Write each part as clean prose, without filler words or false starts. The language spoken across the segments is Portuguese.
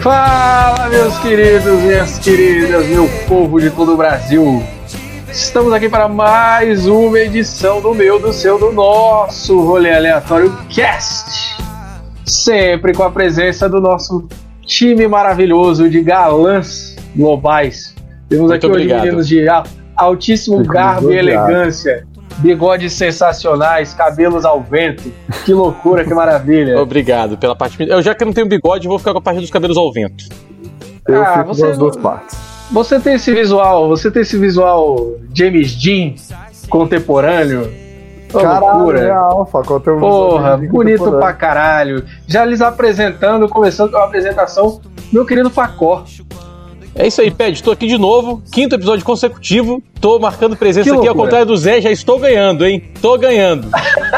Fala, meus queridos e minhas queridas, meu povo de todo o Brasil. Estamos aqui para mais uma edição do meu, do seu, do nosso Rolê Aleatório Cast. Sempre com a presença do nosso time maravilhoso de galãs globais. Temos aqui hoje meninos de altíssimo garbo e elegância, bigodes sensacionais, cabelos ao vento. Que loucura, que maravilha. Obrigado pela parte. Eu, já que eu não tenho bigode, vou ficar com a parte dos cabelos ao vento. Eu fico com as duas partes. Você tem esse visual James Dean contemporâneo. Caralho, é alfa. Porra, bonito pra caralho. Já lhes apresentando, começando com a apresentação, meu querido Facó. É isso aí, Ped, tô aqui de novo, 5º episódio consecutivo, tô marcando presença aqui, ao contrário do Zé, já estou ganhando, hein? Tô ganhando.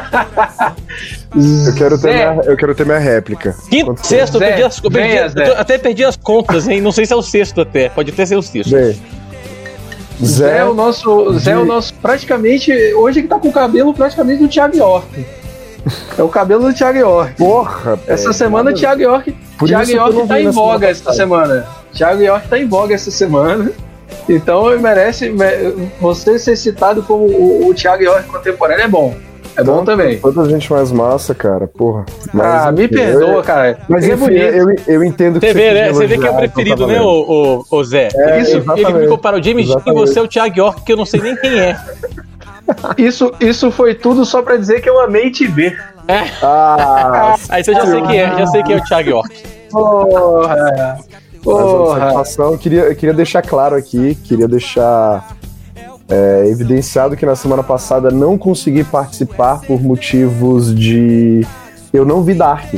Eu quero ter minha réplica. Sexto, eu até perdi as contas, hein? Não sei se é o sexto até, pode até ser o sexto. Zé é o nosso, praticamente, hoje que tá com o cabelo praticamente do Thiago York. É o cabelo do Thiago York. Porra! Essa semana o Thiago York tá em voga essa semana. Thiago York tá em voga essa semana. Então merece você ser citado como o Thiago York contemporâneo é bom. É bom também. Toda gente mais massa, cara, porra. Mas, me perdoa, cara. Mas enfim, eu entendo que você vê que é o preferido, né, o Zé? Ele me compara o James Dean e você é o Thiago York, que eu não sei nem quem é. Isso foi tudo só pra dizer que eu amei te ver. Aí você já sei quem é o Thiago York. Porra. Eu queria deixar claro aqui, evidenciado que na semana passada não consegui participar por motivos de... Eu não vi Dark.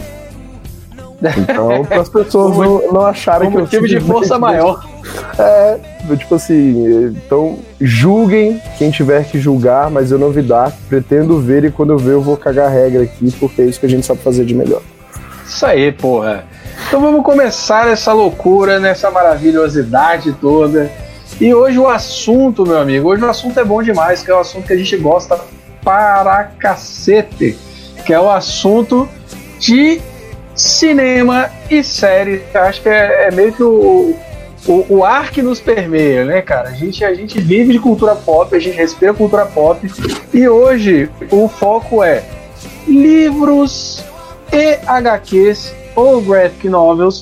Então, para as pessoas não acharem que eu... motivo de força maior. Tipo assim, então julguem quem tiver que julgar, mas eu não vi Dark, pretendo ver e quando eu ver eu vou cagar a regra aqui, porque é isso que a gente sabe fazer de melhor. Isso aí, porra. Então vamos começar essa loucura, nessa maravilhosidade toda. E hoje o assunto, meu amigo, é bom demais, que é o assunto que a gente gosta para cacete, que é o assunto de cinema e série. Acho que é meio que o ar que nos permeia, né, cara? A gente vive de cultura pop, a gente respira cultura pop, e hoje o foco é livros e HQs ou graphic novels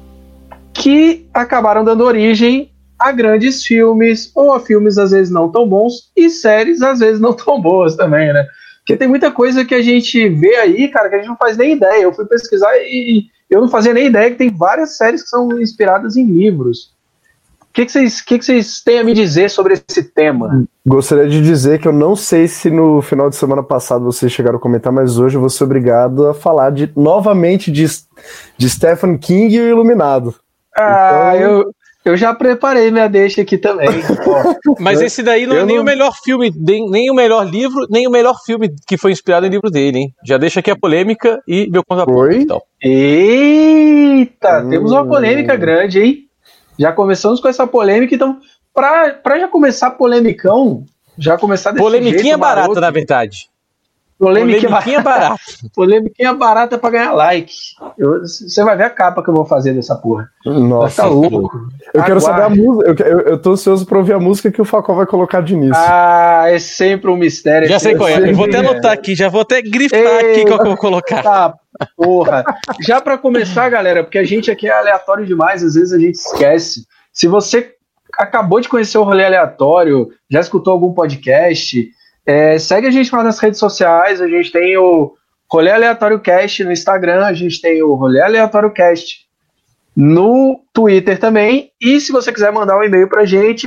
que acabaram dando origem a grandes filmes, ou a filmes às vezes não tão bons, e séries às vezes não tão boas também, né? Porque tem muita coisa que a gente vê aí, cara, que a gente não faz nem ideia. Eu fui pesquisar e eu não fazia nem ideia que tem várias séries que são inspiradas em livros. O que vocês têm a me dizer sobre esse tema? Gostaria de dizer que eu não sei se no final de semana passado vocês chegaram a comentar, mas hoje eu vou ser obrigado a falar novamente de Stephen King e o Iluminado. Eu já preparei minha deixa aqui também. Mas esse daí não é nem o melhor filme, nem o melhor livro, nem o melhor filme que foi inspirado em livro dele, hein? Já deixa aqui a polêmica e meu contraponto. Então. Eita, temos uma polêmica grande, hein? Já começamos com essa polêmica, então, pra já começar polemicão, já começar desse polemiquinha jeito, barata, maroto, na verdade. Polemiquinha barata. Polemiquinha barata pra ganhar like. Você vai ver a capa que eu vou fazer dessa porra. Nossa, vai ficar louco. Eu quero saber a música. Eu tô ansioso pra ouvir a música que o Facó vai colocar de início. É sempre um mistério. Já sei qual é. Eu vou até anotar aqui, já vou até grifar aqui qual que eu vou colocar. Tá, porra. Já pra começar, galera, porque a gente aqui é aleatório demais, às vezes a gente esquece. Se você acabou de conhecer o Rolê Aleatório, já escutou algum podcast, segue a gente lá nas redes sociais. A gente tem o Rolê Aleatório Cast no Instagram, a gente tem o Rolê Aleatório Cast no Twitter também, e se você quiser mandar um e-mail pra gente,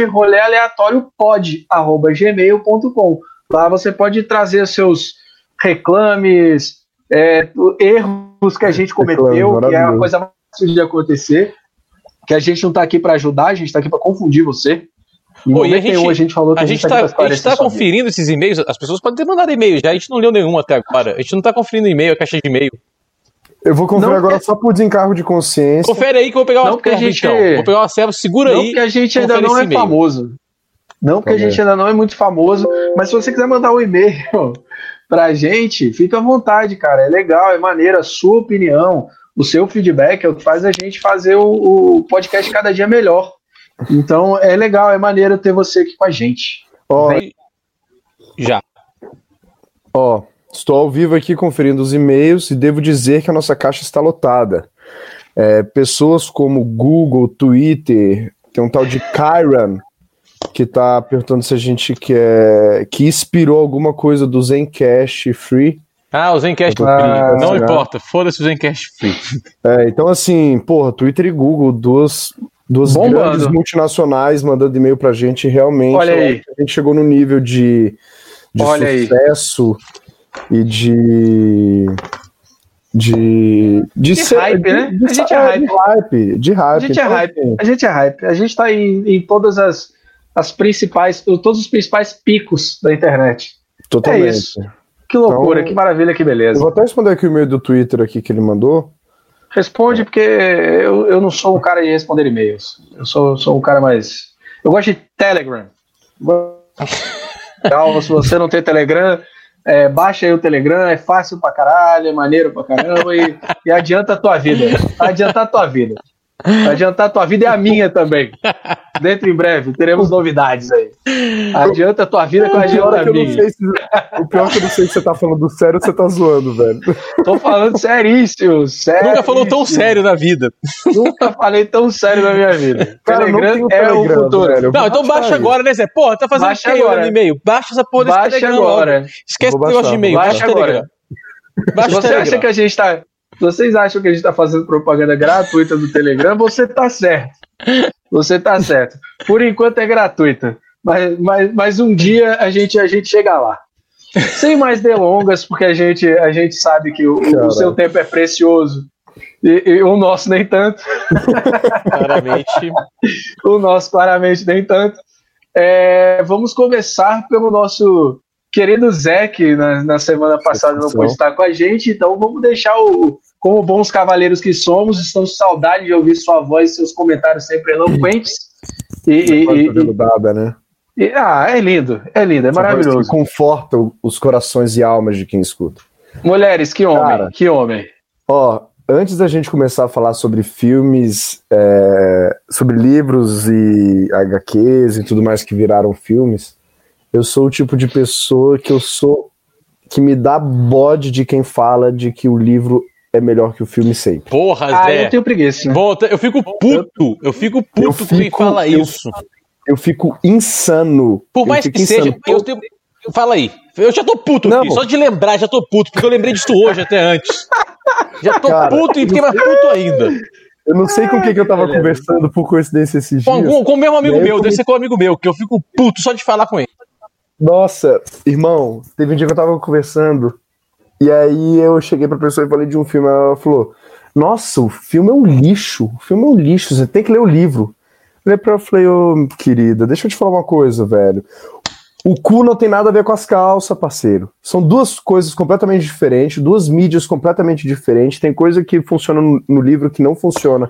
rolealeatoriopod@gmail.com. Lá você pode trazer os seus reclames, erros que a gente cometeu, que é uma coisa mais fácil de acontecer, que a gente não tá aqui pra ajudar, a gente tá aqui pra confundir você. E a gente falou que a gente tá conferindo esses e-mails. As pessoas podem ter mandado e-mail já, a gente não leu nenhum até agora. A gente não tá conferindo e-mail, a caixa de e-mail. Eu vou conferir agora só por desencargo de consciência. Confere aí que eu vou pegar uma serva, Vou pegar uma serva, segura aí. Não que a gente ainda não é famoso. Não que a gente ainda não é muito famoso, mas se você quiser mandar um e-mail pra gente, fica à vontade, cara. É legal, é maneiro, a sua opinião. O seu feedback é o que faz a gente fazer o podcast cada dia melhor. Então é legal, é maneiro ter você aqui com a gente. Já. Estou ao vivo aqui conferindo os e-mails e devo dizer que a nossa caixa está lotada. Pessoas como Google, Twitter, tem um tal de Kyran que está perguntando se a gente que inspirou alguma coisa do Zencash Free. O Zencash Free. Não importa, foda-se o Zencash Free. Então assim, Twitter e Google, duas grandes multinacionais mandando e-mail pra gente, realmente. Olha aí. A gente chegou no nível de sucesso e de hype, né? A gente é hype. A gente é hype. A gente tá em todas as principais, todos os principais picos da internet. Totalmente. É isso. Que loucura, então, que maravilha, que beleza. Eu vou até responder aqui o e-mail do Twitter aqui que ele mandou. Responde, porque eu não sou um cara de responder e-mails. Eu sou um cara mais... Eu gosto de Telegram. Se você não tem Telegram, baixa aí o Telegram, é fácil pra caralho, é maneiro pra caramba e adianta a tua vida. Adiantar a tua vida. Adiantar a tua vida é a minha também. Dentro em breve, teremos novidades aí. Adianta a tua vida que eu adianto a minha. O pior é que eu não sei se você tá falando sério ou você tá zoando, velho. Tô falando seríssimo. Nunca falou tão sério na vida. Nunca falei tão sério na minha vida. Cara, Telegram é o futuro. Velho, não, então baixa agora, né, Zé? Porra, tá fazendo feio no e-mail. Baixa essa porra desse Telegram agora. Logo. Esquece o negócio de e-mail. Baixa agora. Vocês acham que a gente tá fazendo propaganda gratuita do Telegram? Você tá certo. Você tá certo. Por enquanto é gratuita. Mas um dia a gente chega lá. Sem mais delongas, porque a gente sabe que o seu tempo é precioso e o nosso nem tanto. Claramente. O nosso claramente nem tanto. Vamos começar pelo nosso querido Zé, que na semana passada não pôde estar com a gente, então vamos deixar como bons cavaleiros que somos, estamos com saudade de ouvir sua voz e seus comentários sempre eloquentes. Né? É lindo, é maravilhoso. Conforta os corações e almas de quem escuta. Mulheres, que homem, cara, que homem. Antes da gente começar a falar sobre filmes, sobre livros e HQs e tudo mais que viraram filmes, eu sou o tipo de pessoa que me dá bode de quem fala de que o livro é melhor que o filme sempre. Porra, Zé. Eu tenho preguiça. Volta, eu fico puto com quem fala isso. Eu fico insano. Por mais que seja, fala aí. Eu já tô puto aqui, só de lembrar, já tô puto, porque eu lembrei disso hoje até antes. Já tô puto e fiquei mais puto ainda. Eu não sei com quem que eu tava conversando por coincidência esses dias. Com o mesmo amigo meu, deve ser com o amigo meu, que eu fico puto só de falar com ele. Nossa, irmão, teve um dia que eu tava conversando e aí eu cheguei pra pessoa e falei de um filme, ela falou, nossa, o filme é um lixo, você tem que ler o livro. Eu falei, querida, deixa eu te falar uma coisa, velho. O cu não tem nada a ver com as calças, parceiro. São duas coisas completamente diferentes, duas mídias completamente diferentes. Tem coisa que funciona no livro que não funciona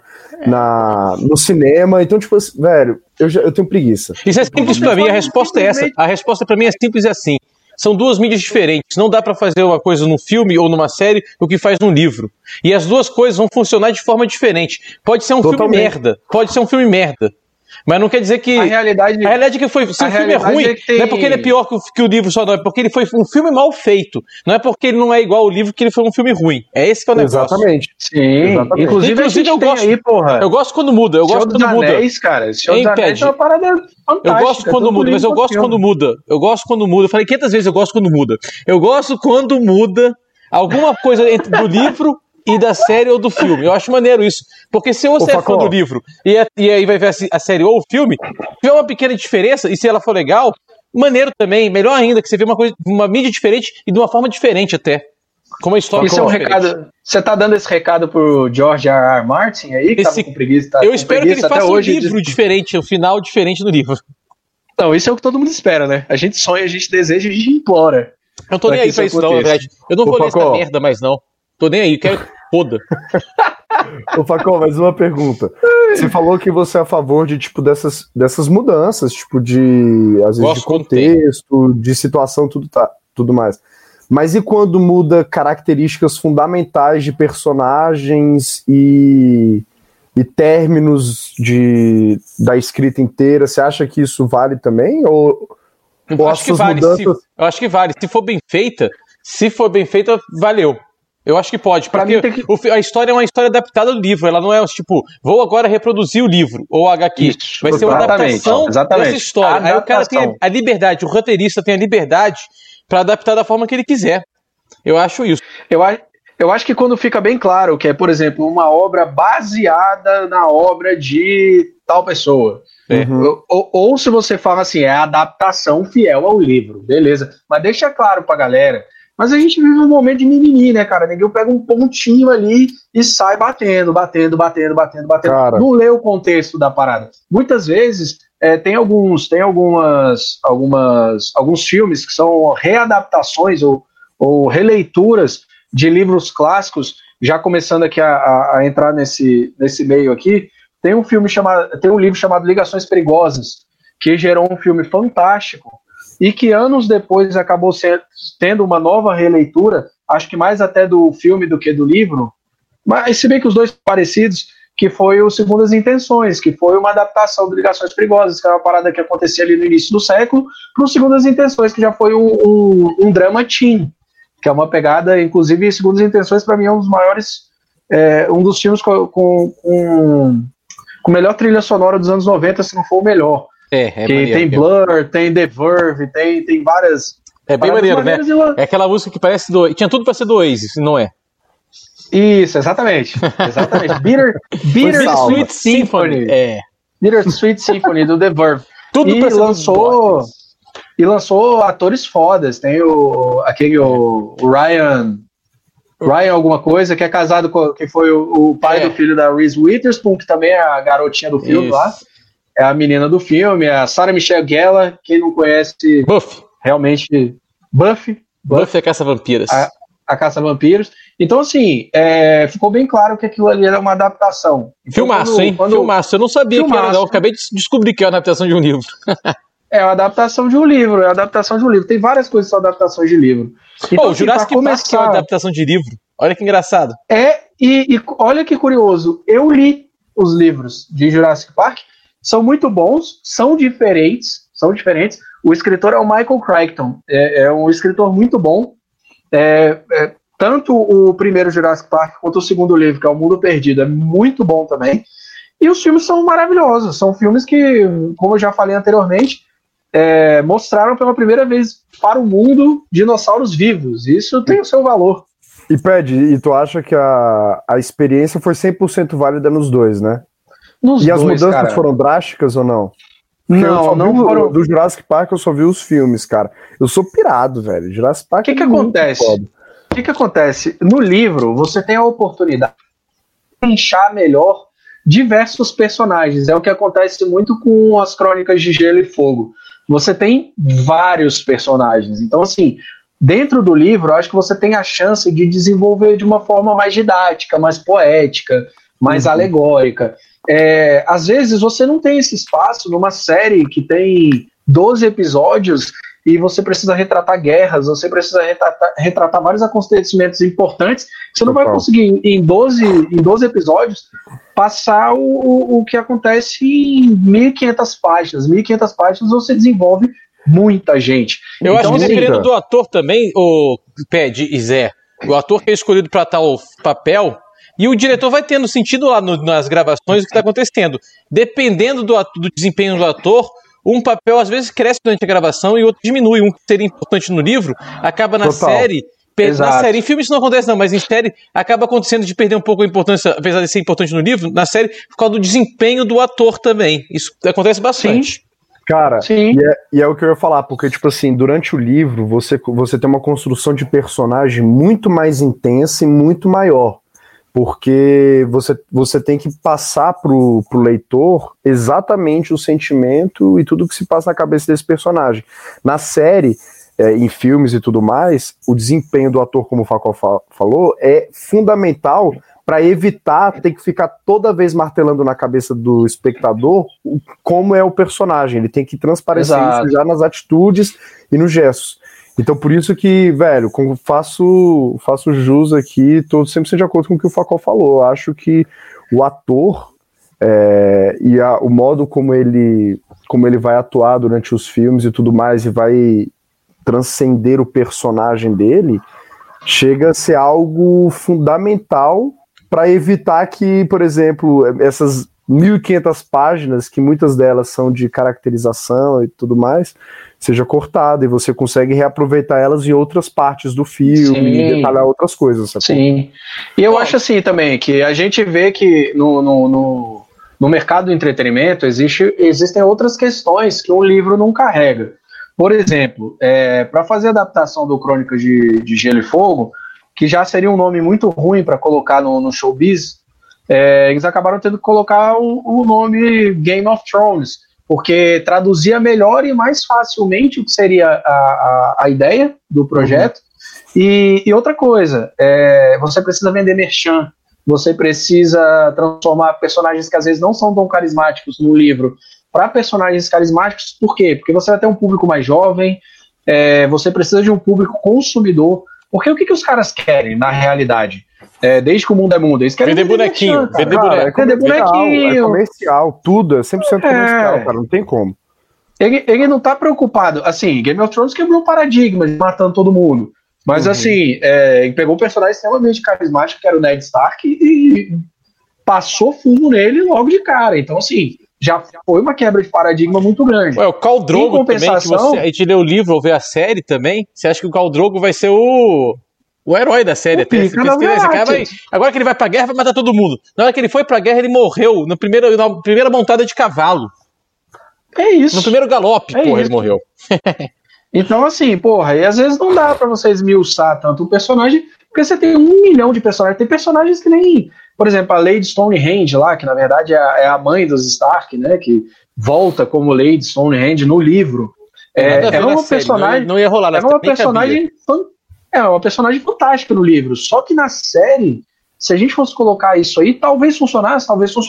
no cinema. Então, tipo, velho, eu tenho preguiça. Isso é simples pra mim, a resposta é essa. A resposta pra mim é simples assim. São duas mídias diferentes. Não dá pra fazer uma coisa num filme ou numa série o que faz num livro. E as duas coisas vão funcionar de forma diferente. Pode ser um filme merda. Mas não quer dizer que... A realidade é que se o filme é ruim, não é porque ele é pior que o livro só, não. É porque ele foi um filme mal feito. Não é porque ele não é igual ao livro que ele foi um filme ruim. É esse que é o negócio. Exatamente. Sim. Exatamente. Inclusive eu gosto. Aí, porra. Eu gosto quando muda. Eu gosto quando muda. Cara. Senhor dos Anéis é uma parada fantástica. Eu gosto quando muda, mas eu gosto quando muda. Eu gosto quando muda. Eu falei 500 vezes, eu gosto quando muda. Eu gosto quando muda alguma coisa do livro e da série ou do filme. Eu acho maneiro isso. Porque se você é fã do livro e aí vai ver a série ou o filme, tiver uma pequena diferença, e se ela for legal, maneiro também, melhor ainda, que você vê uma mídia diferente e de uma forma diferente até. Com uma história isso é um recado. Você tá dando esse recado pro George R.R. Martin aí, que tava com preguiça? Eu espero que ele faça um livro diferente, um final diferente do livro. Então, isso é o que todo mundo espera, né? A gente sonha, a gente deseja, a gente implora. Eu não tô nem aí pra isso não, na verdade. Eu não vou ler essa merda mais não. Tô nem aí, quero foda. Ô Facol, mais uma pergunta. Você falou que você é a favor de, tipo, dessas mudanças, tipo, às vezes de contexto, de situação, tudo mais. Mas e quando muda características fundamentais de personagens e términos da escrita inteira? Você acha que isso vale também? Eu acho que vale. Eu acho que vale. Se for bem feita, valeu. Eu acho que pode, porque a história é uma história adaptada do livro, ela não é tipo, vou agora reproduzir o livro, ou o HQ, vai ser uma adaptação dessa história. Aí o cara tem a liberdade, o roteirista tem a liberdade para adaptar da forma que ele quiser. Eu acho isso. Eu acho que quando fica bem claro que é, por exemplo, uma obra baseada na obra de tal pessoa, ou se você fala assim, é a adaptação fiel ao livro, beleza, mas deixa claro pra galera. Mas a gente vive um momento de mimimi, né, cara? Ninguém pega um pontinho ali e sai batendo. Cara, não lê o contexto da parada. Muitas vezes tem alguns filmes que são readaptações ou releituras de livros clássicos, já começando aqui a entrar nesse meio aqui. Tem um livro chamado Ligações Perigosas, que gerou um filme fantástico, e que anos depois acabou tendo uma nova releitura, acho que mais até do filme do que do livro, mas se bem que os dois são parecidos, que foi o Segundas Intenções, que foi uma adaptação de Ligações Perigosas, que era uma parada que acontecia ali no início do século, para o Segundas Intenções, que já foi um drama teen, que é uma pegada, inclusive Segundas Intenções para mim é um dos maiores, um dos filmes com melhor trilha sonora dos anos 90, se não for o melhor. Tem Blur, tem The Verve, tem várias. É bem maneiro, né? É aquela música que parece tinha tudo pra ser do Oasis, não é? Isso, exatamente. Bitter Sweet Symphony. Bitter Sweet Symphony do The Verve. Tudo e lançou atores fodas. Tem o Ryan alguma coisa, que é casado que foi o pai do filho da Reese Witherspoon, que também é a garotinha do filme lá. É a menina do filme, a Sarah Michelle Gellar, quem não conhece, realmente, Buffy é Caça-Vampiros. A Caça-Vampiros. Então, assim, ficou bem claro que aquilo ali era uma adaptação. Então, filmaço, hein? Filmaço. Eu não sabia que era, não. Eu acabei de descobrir que é uma adaptação de um livro. É uma adaptação de um livro, Tem várias coisas que são adaptações de livro. Então, o Jurassic Park é uma adaptação de livro. Olha que engraçado. E olha que curioso. Eu li os livros de Jurassic Park. São muito bons, são diferentes. O escritor é o Michael Crichton, é um escritor muito bom. Tanto o primeiro Jurassic Park quanto o segundo livro, que é O Mundo Perdido, é muito bom também. E os filmes são maravilhosos, são filmes que, como eu já falei anteriormente, mostraram pela primeira vez para o mundo dinossauros vivos. Isso tem o seu valor. E Ped, tu acha que a experiência foi 100% válida nos dois, né? As mudanças, cara, foram drásticas ou não? Não foram. Do Jurassic Park eu só vi os filmes, cara. Eu sou pirado, velho. Jurassic Park. O que acontece? No livro, você tem a oportunidade de inchar melhor diversos personagens. É o que acontece muito com as Crônicas de Gelo e Fogo. Você tem vários personagens. Então, assim, dentro do livro, eu acho que você tem a chance de desenvolver de uma forma mais didática, mais poética, mais alegórica. Às vezes você não tem esse espaço numa série que tem 12 episódios e você precisa retratar guerras, você precisa retratar vários acontecimentos importantes. Você não vai conseguir em 12 episódios passar o que acontece em 1.500 páginas. 1.500 páginas você desenvolve muita gente. Eu acho que dependendo do ator também, o Ped e Zé, o ator que é escolhido para tal papel, e o diretor vai tendo sentido lá nas gravações o que está acontecendo. Dependendo do desempenho do ator, um papel às vezes cresce durante a gravação e outro diminui. Um que seria importante no livro acaba na série. Na série, em filme isso não acontece não, mas em série acaba acontecendo de perder um pouco a importância, apesar de ser importante no livro, na série, por causa do desempenho do ator também. Isso acontece bastante. Sim. Cara, e é o que eu ia falar, porque, tipo assim, durante o livro você tem uma construção de personagem muito mais intensa e muito maior. Porque você tem que passar pro leitor exatamente o sentimento e tudo que se passa na cabeça desse personagem. Na série, em filmes e tudo mais, o desempenho do ator, como o Facol falou, é fundamental para evitar ter que ficar toda vez martelando na cabeça do espectador como é o personagem. Ele tem que transparecer isso já nas atitudes e nos gestos. Então, por isso que, velho, faço jus aqui, tô 100% de acordo com o que o Facol falou. Eu acho que o ator e o modo como ele vai atuar durante os filmes e tudo mais, e vai transcender o personagem dele, chega a ser algo fundamental para evitar que, por exemplo, essas 1.500 páginas, que muitas delas são de caracterização e tudo mais, seja cortada, e você consegue reaproveitar elas em outras partes do filme, e detalhar outras coisas. Sacou? Sim. E eu acho assim também, que a gente vê que no mercado do entretenimento existem outras questões que um livro não carrega. Por exemplo, para fazer a adaptação do Crônicas de Gelo e Fogo, que já seria um nome muito ruim para colocar no showbiz, eles acabaram tendo que colocar o nome Game of Thrones, porque traduzia melhor e mais facilmente o que seria a ideia do projeto. E outra coisa, você precisa vender merchan, você precisa transformar personagens que às vezes não são tão carismáticos no livro para personagens carismáticos. Por quê? Porque você vai ter um público mais jovem, você precisa de um público consumidor. Porque o que os caras querem, na realidade? Desde que o mundo é mundo, eles querem vender bonequinho, vender bonequinho. É comercial, tudo, é 100% comercial, cara, não tem como. Ele não tá preocupado, assim, Game of Thrones quebrou o paradigma de matando todo mundo, mas assim, ele pegou um personagem extremamente carismático, que era o Ned Stark, e passou fumo nele logo de cara, então assim, já foi uma quebra de paradigma muito grande. O Khal Drogo também, que a gente leu o livro ou vê a série também, você acha que o Khal Drogo vai ser o herói da série? Agora que ele vai pra guerra, vai matar todo mundo. Na hora que ele foi pra guerra, ele morreu na primeira montada de cavalo. É isso. No primeiro galope, ele morreu. Então, assim, e às vezes não dá pra você esmiuçar tanto o personagem, porque você tem 1 milhão de personagens. Tem personagens que nem, por exemplo, a Lady Stonehenge lá, que na verdade é a mãe dos Stark, né, que volta como Lady Stonehenge no livro. É uma personagem... Não ia rolar, é uma personagem... É uma personagem fantástica no livro, só que na série, se a gente fosse colocar isso aí, talvez funcionasse.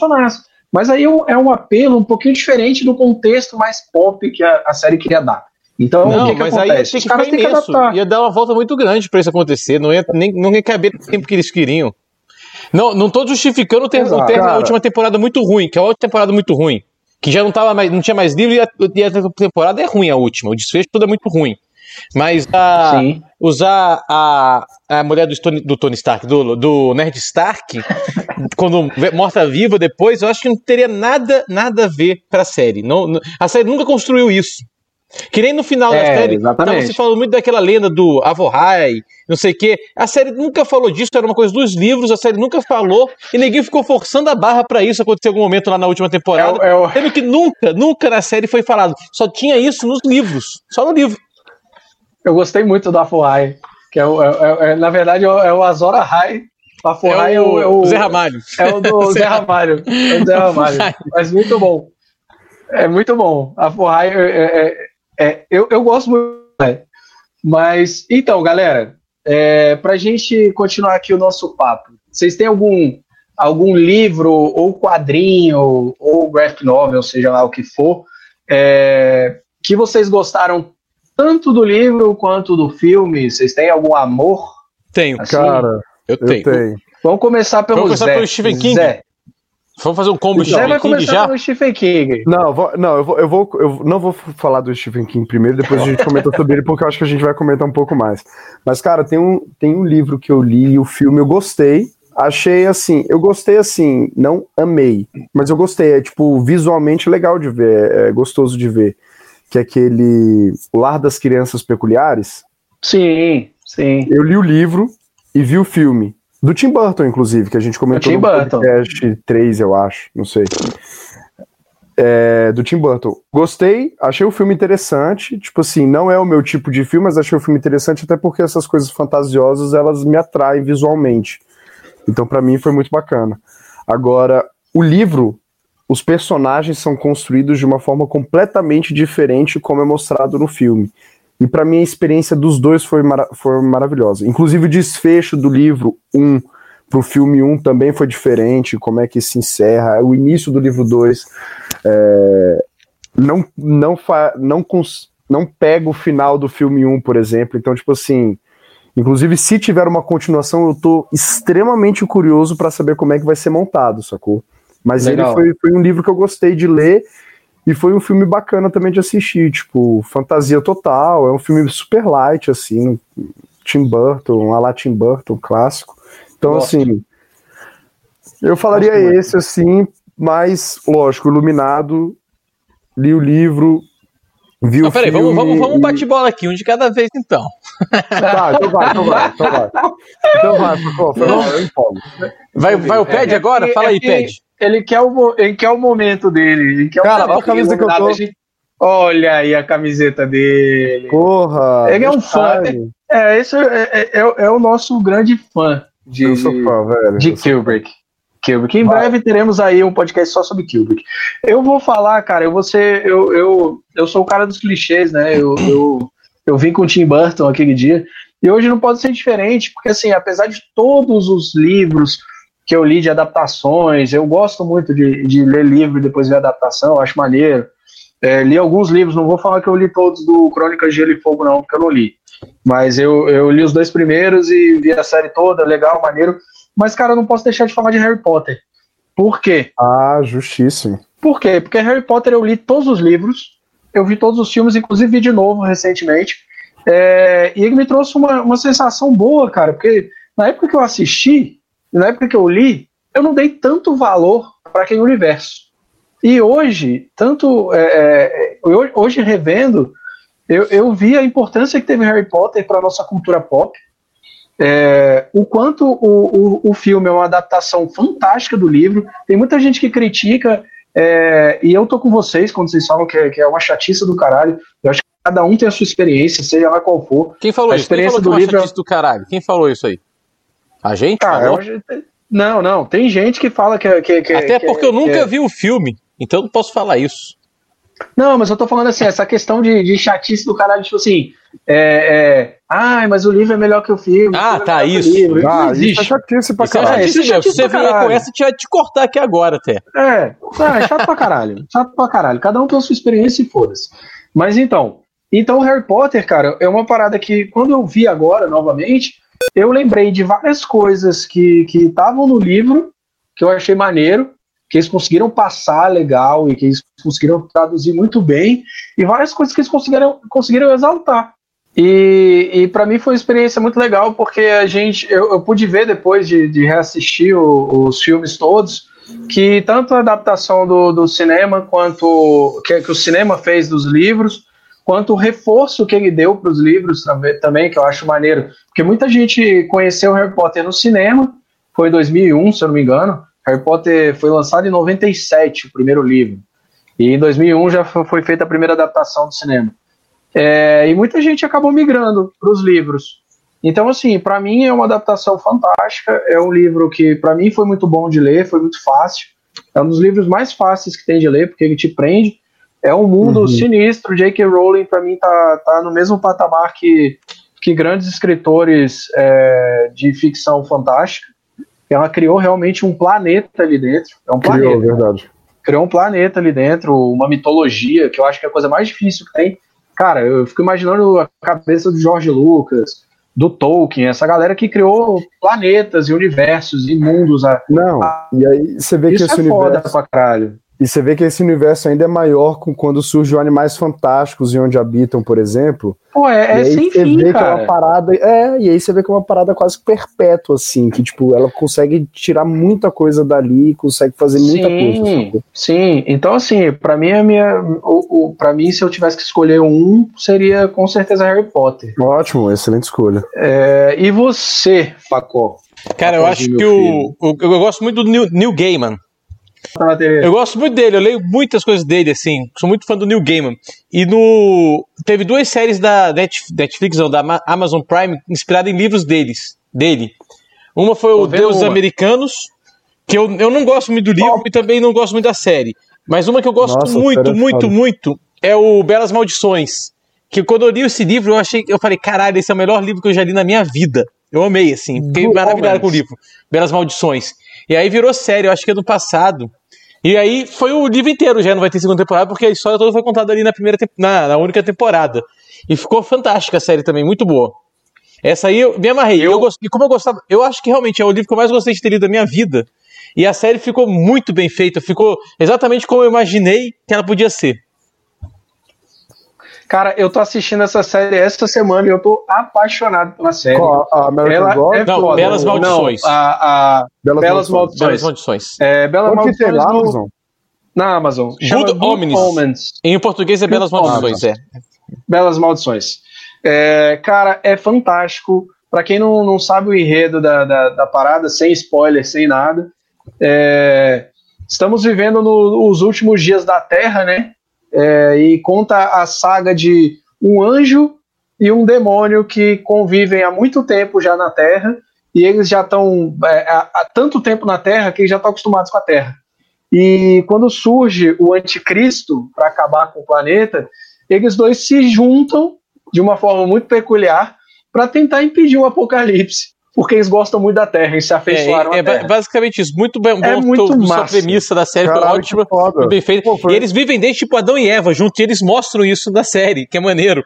Mas aí é um apelo um pouquinho diferente do contexto mais pop que a série queria dar. Então, o que acontece? Os caras têm que adaptar. Ia dar uma volta muito grande pra isso acontecer, não ia caber no tempo que eles queriam. Não tô justificando o termo da última temporada muito ruim, que é outra temporada muito ruim, que já não tinha mais livro, e a temporada é ruim a última, o desfecho tudo é muito ruim. Mas usar a mulher do Tony Stark, do Ned Stark, quando morta-viva depois, eu acho que não teria nada a ver pra série. A série nunca construiu isso. Que nem no final da série, tava se falando muito daquela lenda do Azor Ahai, não sei o quê. A série nunca falou disso, era uma coisa dos livros, a série nunca falou, e ninguém ficou forçando a barra pra isso acontecer em algum momento lá na última temporada. Sendo que nunca na série foi falado. Só tinha isso nos livros, só no livro. Eu gostei muito do Azor Ahai, que na verdade é o Azor Ahai. O Azor Ahai é o Zé Ramalho. É o do Zé Ramalho. É o Zé Ramalho. Mas muito bom. É muito bom. A Azor Ahai eu gosto muito. Mas, então, galera, pra gente continuar aqui o nosso papo, vocês têm algum livro, ou quadrinho, ou graphic novel, seja lá o que for, que vocês gostaram tanto do livro quanto do filme? Vocês têm algum amor? Tenho. Assim? Cara, eu tenho. Vamos começar pelo Stephen King. Zé. Vamos fazer um combo Zé vai começar pelo Stephen King. Eu não vou falar do Stephen King primeiro, depois a gente comenta sobre ele, porque eu acho que a gente vai comentar um pouco mais. Mas, cara, tem um livro que eu li e o filme eu gostei. Eu gostei assim, não amei, mas eu gostei, visualmente legal de ver, é gostoso de ver. Que é aquele O Lar das Crianças Peculiares. Sim. Eu li o livro e vi o filme. Do Tim Burton, inclusive, que a gente comentou no podcast 3, eu acho, não sei. Do Tim Burton. Gostei, achei o filme interessante. Não é o meu tipo de filme, mas achei o filme interessante até porque essas coisas fantasiosas, elas me atraem visualmente. Então, pra mim, foi muito bacana. Agora, o livro... Os personagens são construídos de uma forma completamente diferente como é mostrado no filme. E pra mim a experiência dos dois foi maravilhosa. Inclusive o desfecho do livro 1 pro filme 1 também foi diferente, como é que se encerra. O início do livro 2 não pega o final do filme 1, por exemplo. Então, tipo assim, inclusive se tiver uma continuação, eu tô extremamente curioso pra saber como é que vai ser montado, sacou? Mas Legal. ele foi um livro que eu gostei de ler e foi um filme bacana também de assistir, tipo, fantasia total, é um filme super light, assim, Tim Burton, a la Tim Burton, clássico. Então, Gosto. assim, eu falaria Gosto muito. esse, assim, mas, lógico, Iluminado, li o livro, vi o Peraí, filme... vamos bate-bola aqui, um de cada vez então. Tá, então vai. Então vai, eu empolgo. Vai o Ped agora? Fala aí, Ped. Ele quer o momento dele. Ele quer Cara, o momento olha a camisa que eu tô. Olha aí a camiseta dele. Porra! Ele é um fã. Esse é o nosso grande fã Eu sou fã, velho. de Kubrick. Em breve teremos aí um podcast só sobre Kubrick. Eu vou falar, cara, eu sou o cara dos clichês, né? Eu vim com o Tim Burton aquele dia, e hoje não pode ser diferente, porque assim, apesar de todos os livros que eu li de adaptações, eu gosto muito de ler livro e depois ver adaptação, eu acho maneiro. Li alguns livros, não vou falar que eu li todos do Crônicas de Gelo e Fogo, não, porque eu não li. Mas eu li os 2 primeiros e vi a série toda, legal, maneiro. Mas, cara, eu não posso deixar de falar de Harry Potter. Por quê? Ah, justíssimo. Por quê? Porque Harry Potter eu li todos os livros, eu vi todos os filmes, inclusive vi de novo recentemente, e ele me trouxe uma sensação boa, cara, porque na época que eu assisti, na época que eu li, eu não dei tanto valor para aquele universo. E hoje, hoje revendo, eu vi a importância que teve Harry Potter para a nossa cultura pop, o quanto o filme é uma adaptação fantástica do livro. Tem muita gente que critica, e eu tô com vocês quando vocês falam que é uma chatice do caralho. Eu acho que cada um tem a sua experiência, seja lá qual for. Quem falou isso? Quem falou que é uma chatice do caralho? Quem falou isso aí? A gente? Não, tem gente que fala que até porque eu nunca vi o filme, então eu não posso falar isso. Não, mas eu tô falando assim, essa questão de chatice do caralho, tipo assim, mas o livro é melhor que o filme. Tá, isso. Isso é chatice pra caralho. Se você vier com essa, tinha te cortar aqui agora até. É chato pra caralho. Chato pra caralho. Cada um tem a sua experiência e foda-se. Mas então o Harry Potter, cara, é uma parada que, quando eu vi agora, novamente, eu lembrei de várias coisas que estavam no livro, que eu achei maneiro, que eles conseguiram passar legal e que eles conseguiram traduzir muito bem, e várias coisas que eles conseguiram exaltar. E para mim foi uma experiência muito legal, porque eu pude ver depois de reassistir os filmes todos, que tanto a adaptação do cinema, quanto que o cinema fez dos livros, quanto o reforço que ele deu para os livros também, que eu acho maneiro. Porque muita gente conheceu o Harry Potter no cinema, foi em 2001, se eu não me engano. Harry Potter foi lançado em 97, o primeiro livro. E em 2001 já foi feita a primeira adaptação do cinema. E muita gente acabou migrando para os livros. Então, assim, para mim é uma adaptação fantástica. É um livro que, para mim, foi muito bom de ler, foi muito fácil. É um dos livros mais fáceis que tem de ler, porque ele te prende. É um mundo sinistro. J.K. Rowling, para mim, tá no mesmo patamar que grandes escritores de ficção fantástica. Ela criou realmente um planeta ali dentro. Verdade. Criou um planeta ali dentro, uma mitologia, que eu acho que é a coisa mais difícil que tem. Cara, eu fico imaginando a cabeça do George Lucas, do Tolkien, essa galera que criou planetas e universos e mundos. E aí você vê que esse universo... foda pra caralho. E você vê que esse universo ainda é maior quando surgem Animais Fantásticos e Onde Habitam, por exemplo. Pô, sem fim, cara. Que é uma parada, e aí você vê que é uma parada quase perpétua, assim, que tipo, ela consegue tirar muita coisa dali, consegue fazer muita coisa. Sim, então assim, pra mim, pra mim, se eu tivesse que escolher seria com certeza Harry Potter. Ótimo, excelente escolha. E você, Facó? Cara, eu acho que eu gosto muito do Neil Gaiman. Eu gosto muito dele, eu leio muitas coisas dele, assim, sou muito fã do Neil Gaiman. E teve 2 séries da Netflix, não, da Amazon Prime, inspiradas em livros dele. Uma foi o Deuses Americanos, que eu não gosto muito do livro e também não gosto muito da série. Mas uma que eu gosto muito é o Belas Maldições. Que quando eu li esse livro, eu falei, caralho, esse é o melhor livro que eu já li na minha vida. Eu amei, assim, fiquei maravilhado com o livro, Belas Maldições. E aí virou série, eu acho que ano passado, E aí foi o livro inteiro, já não vai ter segunda temporada, porque a história toda foi contada ali na única temporada. E ficou fantástica a série também, muito boa. Essa aí eu me amarrei. E como eu gostava, eu acho que realmente é o livro que eu mais gostei de ter lido da minha vida. E a série ficou muito bem feita, ficou exatamente como eu imaginei que ela podia ser. Cara, eu tô assistindo essa série essa semana e eu tô apaixonado pela série. A American Gods? Não, Belas Maldições. Belas Maldições. Belas Maldições. Na Amazon. Na Amazon. Good Omens. Em português é Belas Maldições, Belas Maldições. Cara, é fantástico. Pra quem não sabe o enredo da parada, sem spoiler, sem nada, estamos vivendo nos últimos dias da Terra, né? E conta a saga de um anjo e um demônio que convivem há muito tempo já na Terra, e eles já estão há tanto tempo na Terra que eles já estão acostumados com a Terra. E quando surge o anticristo para acabar com o planeta, eles dois se juntam de uma forma muito peculiar para tentar impedir o apocalipse, porque eles gostam muito da Terra e se afeiçoaram à Terra. Basicamente isso. Muito bom. Muito massa. A premissa da série foi ótima, bem feita. E eles vivem desde tipo Adão e Eva juntos, e eles mostram isso na série, que é maneiro.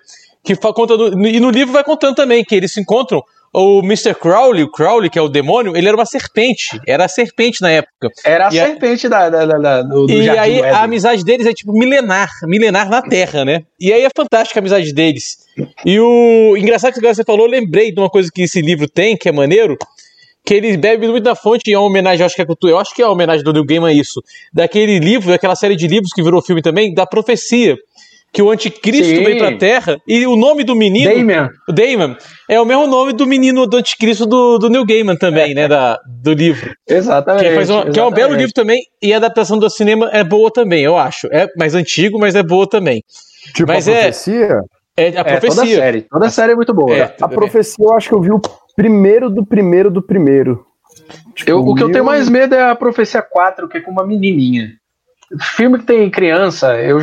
E no livro vai contando também que eles se encontram. O Mr. Crowley, o Crowley, que é o demônio, ele era uma serpente. Era a serpente na época. Era a serpente do E Jardim aí Éden. A amizade deles é tipo milenar na Terra, né? E aí é fantástica a amizade deles. E o engraçado que agora você falou, eu lembrei de uma coisa que esse livro tem, que é maneiro, que ele bebe muito da fonte, e é uma homenagem, eu acho que é uma homenagem do Neil Gaiman isso, daquele livro, daquela série de livros que virou filme também, da profecia. Que o anticristo veio pra Terra, e o nome do menino... Damon. É o mesmo nome do menino do anticristo do Neil Gaiman também, né, do livro. Exatamente. Que é um belo livro também, e a adaptação do cinema é boa também, eu acho. É mais antigo, mas é boa também. Tipo, mas a profecia? A profecia. Toda a série é muito boa. A profecia eu acho que eu vi o primeiro do primeiro. Tipo, o que eu tenho mais medo é a Profecia 4, que é com uma menininha. Filme que tem criança, eu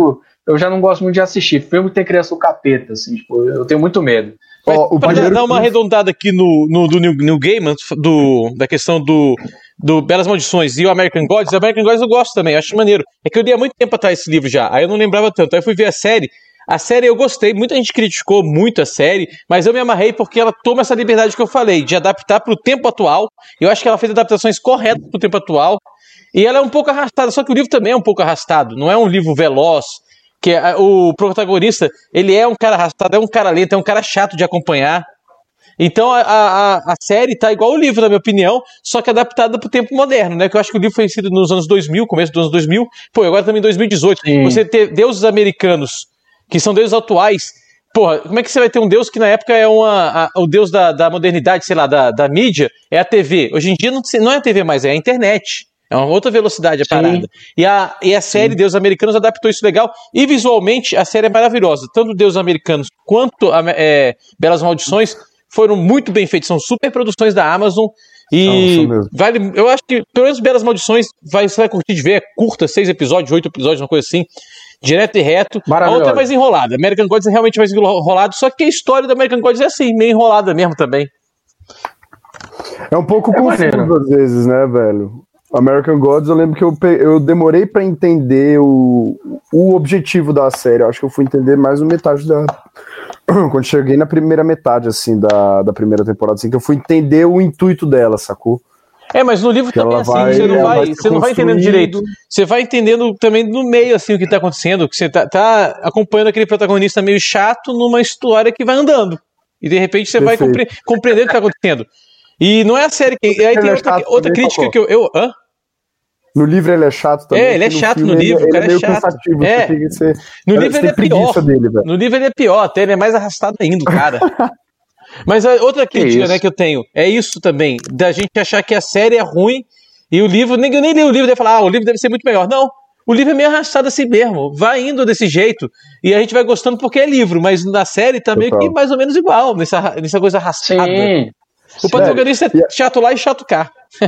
já não gosto muito de assistir. Filme que tem criança do capeta, assim, tipo, eu tenho muito medo. Pra dar uma arredondada aqui no do Neil Gaiman, da questão do Belas Maldições e o American Gods eu gosto também, eu acho maneiro. É que eu li há muito tempo atrás esse livro já, aí eu não lembrava tanto. Aí eu fui ver a série eu gostei, muita gente criticou muito a série, mas eu me amarrei porque ela toma essa liberdade que eu falei, de adaptar pro tempo atual. Eu acho que ela fez adaptações corretas pro tempo atual, e ela é um pouco arrastada, só que o livro também é um pouco arrastado, não é um livro veloz, que o protagonista, ele é um cara arrastado, é um cara lento, é um cara chato de acompanhar. Então a série tá igual o livro, na minha opinião, só que adaptada pro tempo moderno, né? Que eu acho que o livro foi escrito nos anos 2000, começo dos anos 2000, agora também em 2018. Sim. Você ter deuses americanos, que são deuses atuais, como é que você vai ter um deus que na época é o deus da modernidade, sei lá, da mídia, é a TV. Hoje em dia não é a TV mais, é a internet. É uma outra velocidade a parada. E a série Deuses Americanos adaptou isso legal. E visualmente a série é maravilhosa. Tanto Deuses Americanos quanto Belas Maldições foram muito bem feitos. São super produções da Amazon. E eu acho que pelo menos Belas Maldições você vai curtir de ver. É curta, 6 episódios, 8 episódios, uma coisa assim. Direto e reto. A outra é mais enrolada. American Gods é realmente mais enrolado. Só que a história do American Gods é assim, meio enrolada mesmo também. É um pouco confuso às vezes, né, velho? American Gods, eu lembro que eu demorei pra entender o objetivo da série. Eu acho que eu fui entender mais no metade quando cheguei na primeira metade, assim, da primeira temporada, assim, que eu fui entender o intuito dela, sacou? Mas no livro também assim, você não vai entendendo direito. Você vai entendendo também no meio, assim, o que tá acontecendo, que você tá acompanhando aquele protagonista meio chato numa história que vai andando. E de repente você vai compreender o que tá acontecendo. E não é a série que... E aí tem outra crítica que eu... No livro ele é chato também. Ele é chato no livro, o cara é chato. No livro ele é pior. No livro ele é pior, até ele é mais arrastado ainda, cara. Mas a outra crítica, né, que eu tenho é isso também, da gente achar que a série é ruim e o livro... Eu nem li o livro e falar, o livro deve ser muito melhor. Não, o livro é meio arrastado assim mesmo, vai indo desse jeito e a gente vai gostando porque é livro, mas na série tá meio que mais ou menos igual, nessa coisa arrastada. Sim. O protagonista é chato lá e chato cá.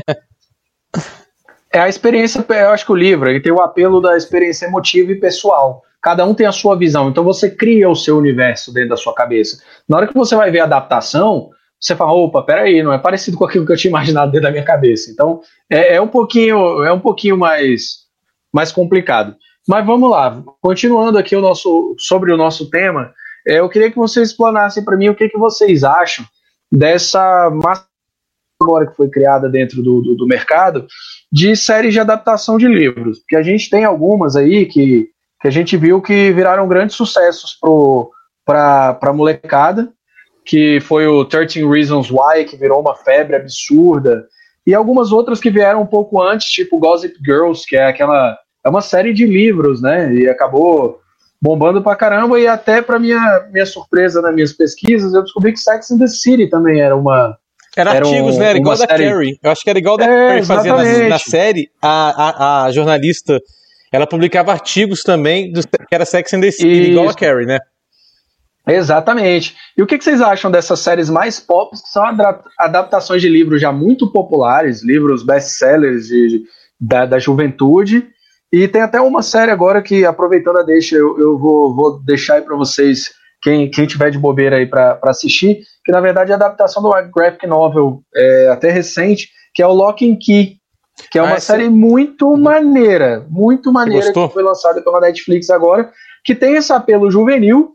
É a experiência, eu acho que o livro ele tem o apelo da experiência emotiva e pessoal. Cada um tem a sua visão, então você cria o seu universo dentro da sua cabeça. Na hora que você vai ver a adaptação, você fala, opa, peraí, não é parecido com aquilo que eu tinha imaginado dentro da minha cabeça. Então, é um pouquinho mais mais complicado. Mas vamos lá, continuando aqui sobre o nosso tema, eu queria que vocês explanassem para mim o que vocês acham dessa massa agora que foi criada dentro do mercado de séries de adaptação de livros, porque a gente tem algumas aí que a gente viu que viraram grandes sucessos para a molecada, que foi o 13 Reasons Why, que virou uma febre absurda, e algumas outras que vieram um pouco antes, tipo Gossip Girls, que é uma série de livros, né, e acabou bombando pra caramba, e até pra minha surpresa nas minhas pesquisas, eu descobri que Sex and the City também era uma... Era artigos, né? Era igual da Carrie. Eu acho que era igual da Carrie fazia na série. A jornalista, ela publicava artigos também que era Sex and the City, igual a Carrie, né? Exatamente. E o que vocês acham dessas séries mais pop, que são adaptações de livros já muito populares, livros best-sellers da juventude, e tem até uma série agora que, aproveitando a deixa, eu vou deixar aí para vocês, quem tiver de bobeira aí para assistir, que na verdade é a adaptação do graphic novel até recente, que é o Lock and Key, que é uma série muito maneira, que foi lançada pela Netflix agora, que tem esse apelo juvenil,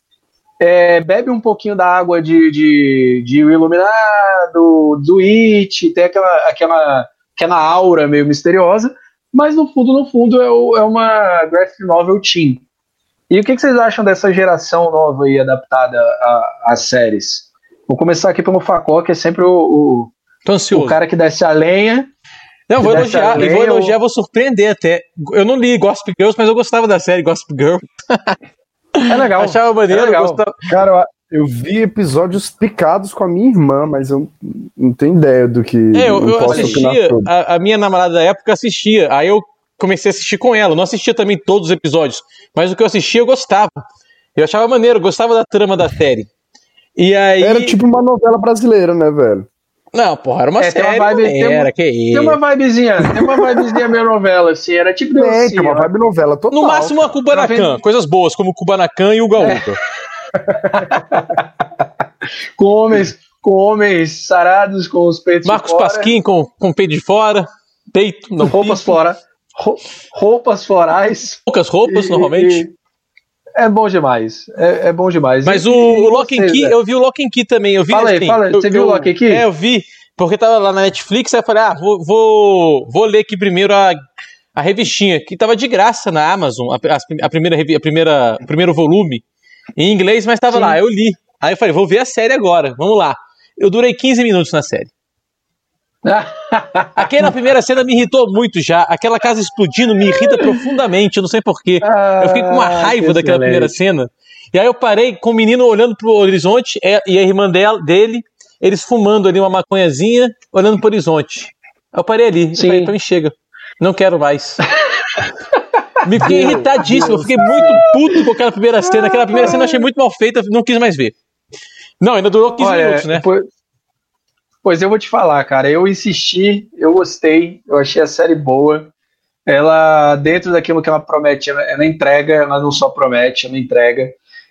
bebe um pouquinho da água de O Iluminado, do It, tem aquela aura meio misteriosa, mas no fundo é uma graphic novel teen. E o que vocês acham dessa geração nova aí adaptada às séries? Vou começar aqui pelo Facó, que é sempre o cara que desce a lenha. Não, vou elogiar, vou surpreender até. Eu não li Gossip Girls, mas eu gostava da série Gossip Girl. É legal. Achava maneiro, eu gostava. Cara, eu vi episódios picados com a minha irmã, mas eu não tenho ideia do que... eu assistia, a minha namorada da época assistia, aí eu comecei a assistir com ela, não assistia também todos os episódios, mas o que eu assistia eu gostava. Eu achava maneiro, eu gostava da trama da série. E aí... Era tipo uma novela brasileira, né, velho? Não, porra, era uma série, tem uma vibezinha meio novela, assim, era tipo... Tem uma vibe novela total. No máximo uma Kubanacan, coisas boas, como o Kubanacan e o Uga Uga. com homens sarados, com os peitos Marcos de fora. Pasquim com peito de fora, peito, não roupas fora, roupas florais. Poucas roupas, normalmente. É bom demais, é bom demais. Mas o Lock and Key, eu vi o Lock and Key também. Eu vi fala aí, você viu o Lock and Key? Eu vi, porque tava lá na Netflix, aí eu falei, vou ler aqui primeiro a revistinha, que tava de graça na Amazon, o primeiro volume, em inglês, mas tava lá, eu li. Aí eu falei, vou ver a série agora, vamos lá. Eu durei 15 minutos na série. Aquela primeira cena me irritou muito já. Aquela casa explodindo me irrita profundamente. Eu não sei porquê. Eu fiquei com uma raiva daquela primeira cena. E aí eu parei com o menino olhando pro horizonte e a irmã dele, eles fumando ali uma maconhazinha, olhando pro horizonte. Aí eu parei ali. Eu falei, pra mim chega. Não quero mais. Me fiquei irritadíssimo. Eu fiquei muito puto com aquela primeira cena. Aquela primeira cena eu achei muito mal feita. Não quis mais ver. Não, ainda durou 15 minutos, né? Pois eu vou te falar, cara, eu insisti, eu gostei, eu achei a série boa, ela, dentro daquilo que ela promete, ela entrega, ela não só promete, ela entrega,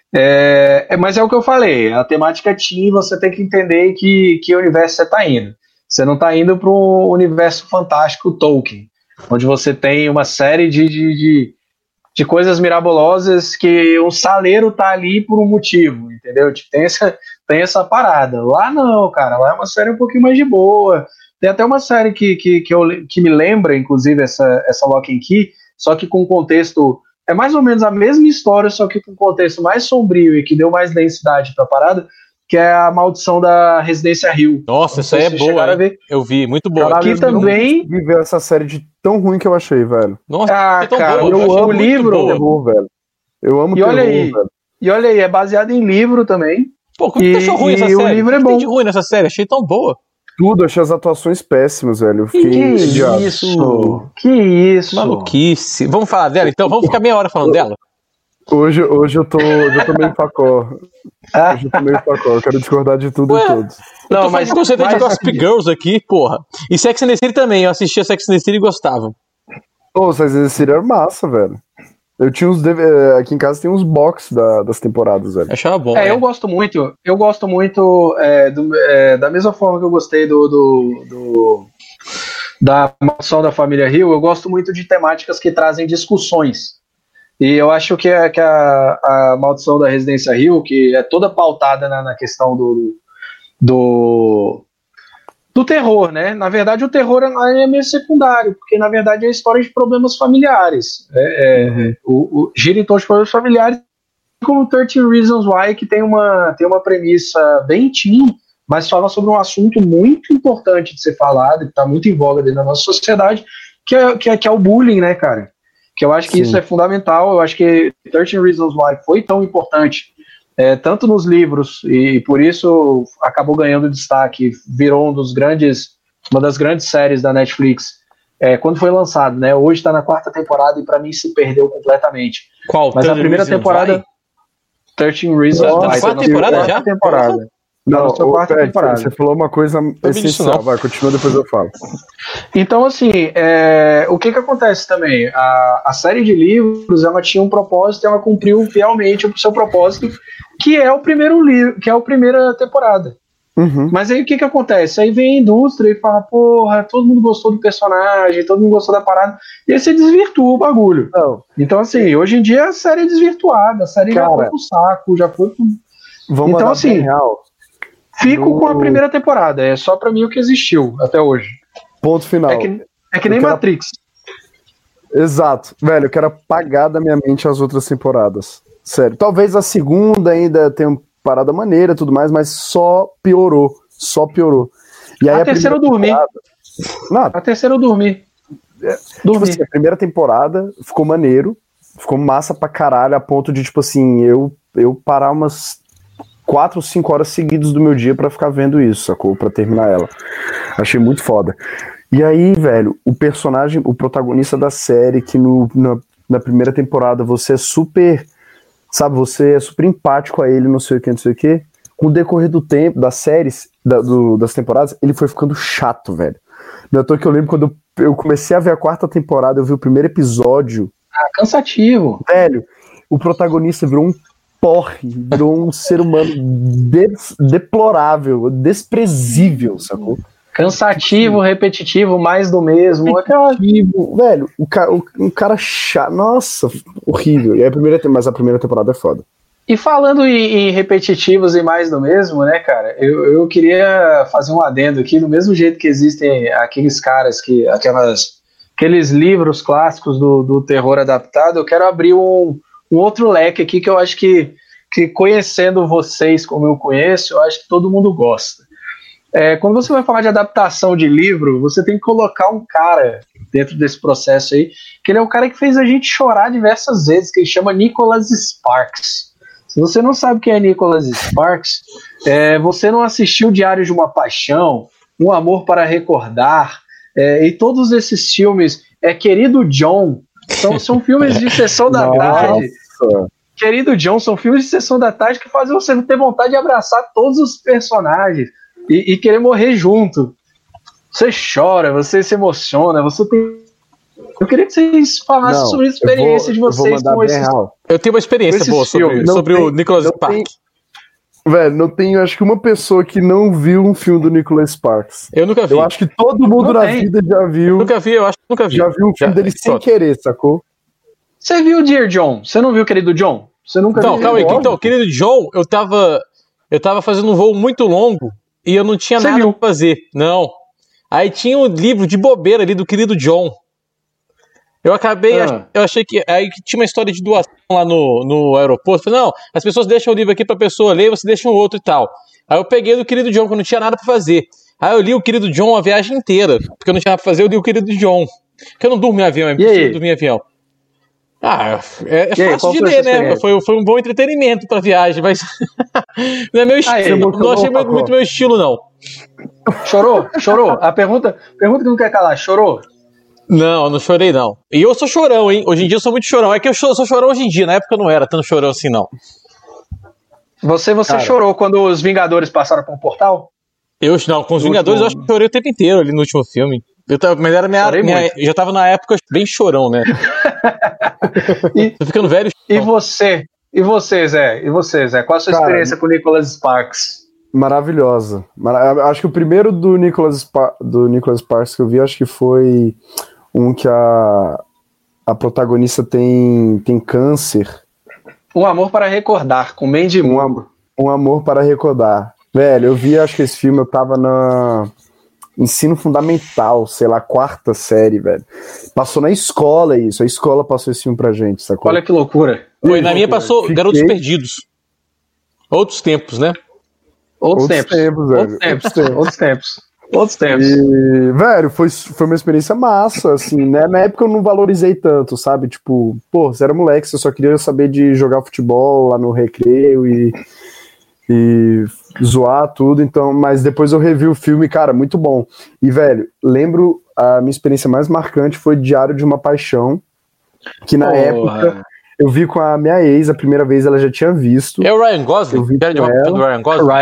mas é o que eu falei, a temática teen, você tem que entender que universo você está indo, você não está indo para o universo fantástico Tolkien, onde você tem uma série de coisas mirabolosas que um saleiro tá ali por um motivo, entendeu? Tipo, tem essa parada. Lá não, cara, lá é uma série um pouquinho mais de boa. Tem até uma série que me lembra, inclusive, essa Lock and Key, só que com contexto... É mais ou menos a mesma história, só que com contexto mais sombrio e que deu mais densidade pra parada, que é a Maldição da Residência Hill. Nossa, essa aí é boa, eu vi, muito boa. Aqui também... Eu vi essa série de tão ruim que eu achei, velho. Nossa, é tão cara, boa. Eu amo o livro. Terror, velho. Eu amo terror, velho. E olha aí, é baseado em livro também. Pô, como que achou ruim essa série? O livro é bom. O que tem de ruim nessa série? Achei tão boa. Tudo, achei as atuações péssimas, velho. Eu fiquei entediado. Que isso? Maluquice. Vamos falar dela, então? Vamos ficar meia hora falando dela? Hoje eu tô meio facó. Hoje eu tô meio facó. Eu quero discordar de tudo e todos. Não, mas eu gostei de Gossip Girls aqui, porra. E Sex and the City também. Eu assistia Sex and the City e gostava. Pô, Sex and the City era massa, velho. Eu tinha uns... Aqui em casa tem uns box das temporadas, velho. Achava bom. Eu gosto muito. Eu gosto muito da mesma forma que eu gostei do da Maldição da Família Hill, eu gosto muito de temáticas que trazem discussões. E eu acho que a Maldição da Residência Hill, que é toda pautada na questão do terror, né? Na verdade, o terror é meio secundário, porque na verdade é a história de problemas familiares. Gira em torno de problemas familiares, como 13 Reasons Why, que tem uma premissa bem teen, mas fala sobre um assunto muito importante de ser falado, que está muito em voga dentro da nossa sociedade, que é o bullying, né, cara? Que eu acho que isso é fundamental. Eu acho que 13 Reasons Why foi tão importante, tanto nos livros, e por isso acabou ganhando destaque, virou uma das grandes séries da Netflix, quando foi lançado, né? Hoje está na 4ª temporada e para mim se perdeu completamente. Qual? Mas a primeira temporada, 13 Reasons Why. 4ª temporada já? Temporada. Não, você falou uma coisa essencial. Vai, continua, depois eu falo. Então, assim, o que acontece também? A série de livros, ela tinha um propósito, ela cumpriu fielmente o seu propósito, que é o primeiro livro, que é a primeira temporada. Uhum. Mas aí o que acontece? Aí vem a indústria e fala, porra, todo mundo gostou do personagem, todo mundo gostou da parada, e aí você desvirtua o bagulho. Não. Então, assim, hoje em dia a série é desvirtuada, a série já foi pro saco, já foi pro... Vamos então, assim, real. Fico com a primeira temporada, é só pra mim o que existiu até hoje. Ponto final. É que nem Matrix. Exato. Velho, eu quero apagar da minha mente as outras temporadas. Sério. Talvez a segunda ainda tenha uma parada maneira e tudo mais, mas só piorou. E aí a terceira eu dormi. A terceira eu dormi. Tipo assim, a primeira temporada ficou maneiro, ficou massa pra caralho, a ponto de, tipo assim, eu parar umas 4 ou 5 horas seguidas do meu dia pra ficar vendo isso, sacou? Pra terminar ela. Achei muito foda. E aí, velho, o personagem, o protagonista da série, que na primeira temporada você é super, sabe, você é super empático a ele, não sei o que, com o decorrer do tempo, das séries, das temporadas, ele foi ficando chato, velho. Não é à toa que eu lembro quando eu comecei a ver a 4ª temporada, eu vi o primeiro episódio. Cansativo. Velho, o protagonista virou um porre, virou um ser humano deplorável, desprezível, sacou? Cansativo, repetitivo, mais do mesmo. Velho, um cara chato, nossa, horrível. E mas a primeira temporada é foda. E falando em repetitivos e mais do mesmo, né, cara, eu queria fazer um adendo aqui, do mesmo jeito que existem aqueles caras aqueles livros clássicos do terror adaptado, eu quero abrir um outro leque aqui que eu acho que conhecendo vocês como eu conheço, eu acho que todo mundo gosta. Quando você vai falar de adaptação de livro, você tem que colocar um cara dentro desse processo aí, que ele é o cara que fez a gente chorar diversas vezes, que ele chama Nicholas Sparks. Se você não sabe quem é Nicholas Sparks, você não assistiu Diário de uma Paixão, Um Amor para Recordar, e todos esses filmes, Querido John, são filmes de sessão da tarde. Querido John, são filmes de sessão da tarde que fazem você ter vontade de abraçar todos os personagens e querer morrer junto. Você chora, você se emociona, você tem... Eu queria que vocês falassem sobre a experiência de vocês com esses... Eu tenho uma experiência boa sobre o Nicholas Sparks. Velho, não tem, acho que uma pessoa que não viu um filme do Nicholas Sparks. Eu nunca vi. Eu acho que todo mundo na vida já viu. Eu acho que nunca vi. Já viu um filme dele sem querer, sacou? Você viu Dear John? Você não viu Querido John? Você nunca viu? Calma aí. Então, Querido John, eu tava fazendo um voo muito longo e eu não tinha nada pra fazer. Não. Aí tinha um livro de bobeira ali do Querido John. Eu acabei, eu achei que aí tinha uma história de doação lá no aeroporto. Falei, não, as pessoas deixam o livro aqui pra pessoa ler, você deixa um outro e tal. Aí eu peguei do Querido John, que eu não tinha nada pra fazer. Aí eu li o Querido John a viagem inteira, porque eu não tinha nada pra fazer, eu li o Querido John. Porque eu não durmo em avião, é impossível dormir em avião. Fácil de ler, né? Foi um bom entretenimento pra viagem, mas não é meu estilo. Não achei muito meu estilo, não. Chorou? A pergunta que não quer calar, chorou? Não chorei, não. E eu sou chorão, hein? Hoje em dia eu sou muito chorão. É que eu sou chorão hoje em dia, na época eu não era tão chorão assim, não. Você chorou quando os Vingadores passaram por um portal? Não, com os Vingadores eu acho que chorei o tempo inteiro ali no último filme. Mas era eu já tava na época bem chorão, né? Tô ficando velho. E você, Zé? Qual a sua experiência com o Nicholas Sparks? Maravilhosa. Acho que o primeiro do Nicholas Sparks que eu vi, acho que foi um que a protagonista tem câncer. Um Amor para Recordar, com Mandy Moore. Um Amor para Recordar. Velho, eu vi, acho que esse filme eu tava na ensino fundamental, sei lá, 4ª série, velho. Passou na escola isso, a escola passou esse filme pra gente, sacou? Olha que loucura. Foi, na minha passou Garotos Perdidos. Outros tempos, né? Outros tempos. E, velho, foi uma experiência massa, assim, né? Na época eu não valorizei tanto, sabe? Tipo, pô, você era moleque, você só queria saber de jogar futebol lá no recreio e zoar tudo, então, mas depois eu revi o filme, cara, muito bom. E, velho, lembro, a minha experiência mais marcante foi Diário de uma Paixão, que na época eu vi com a minha ex, a primeira vez ela já tinha visto. É o Ryan Gosling? Eu vi com ela.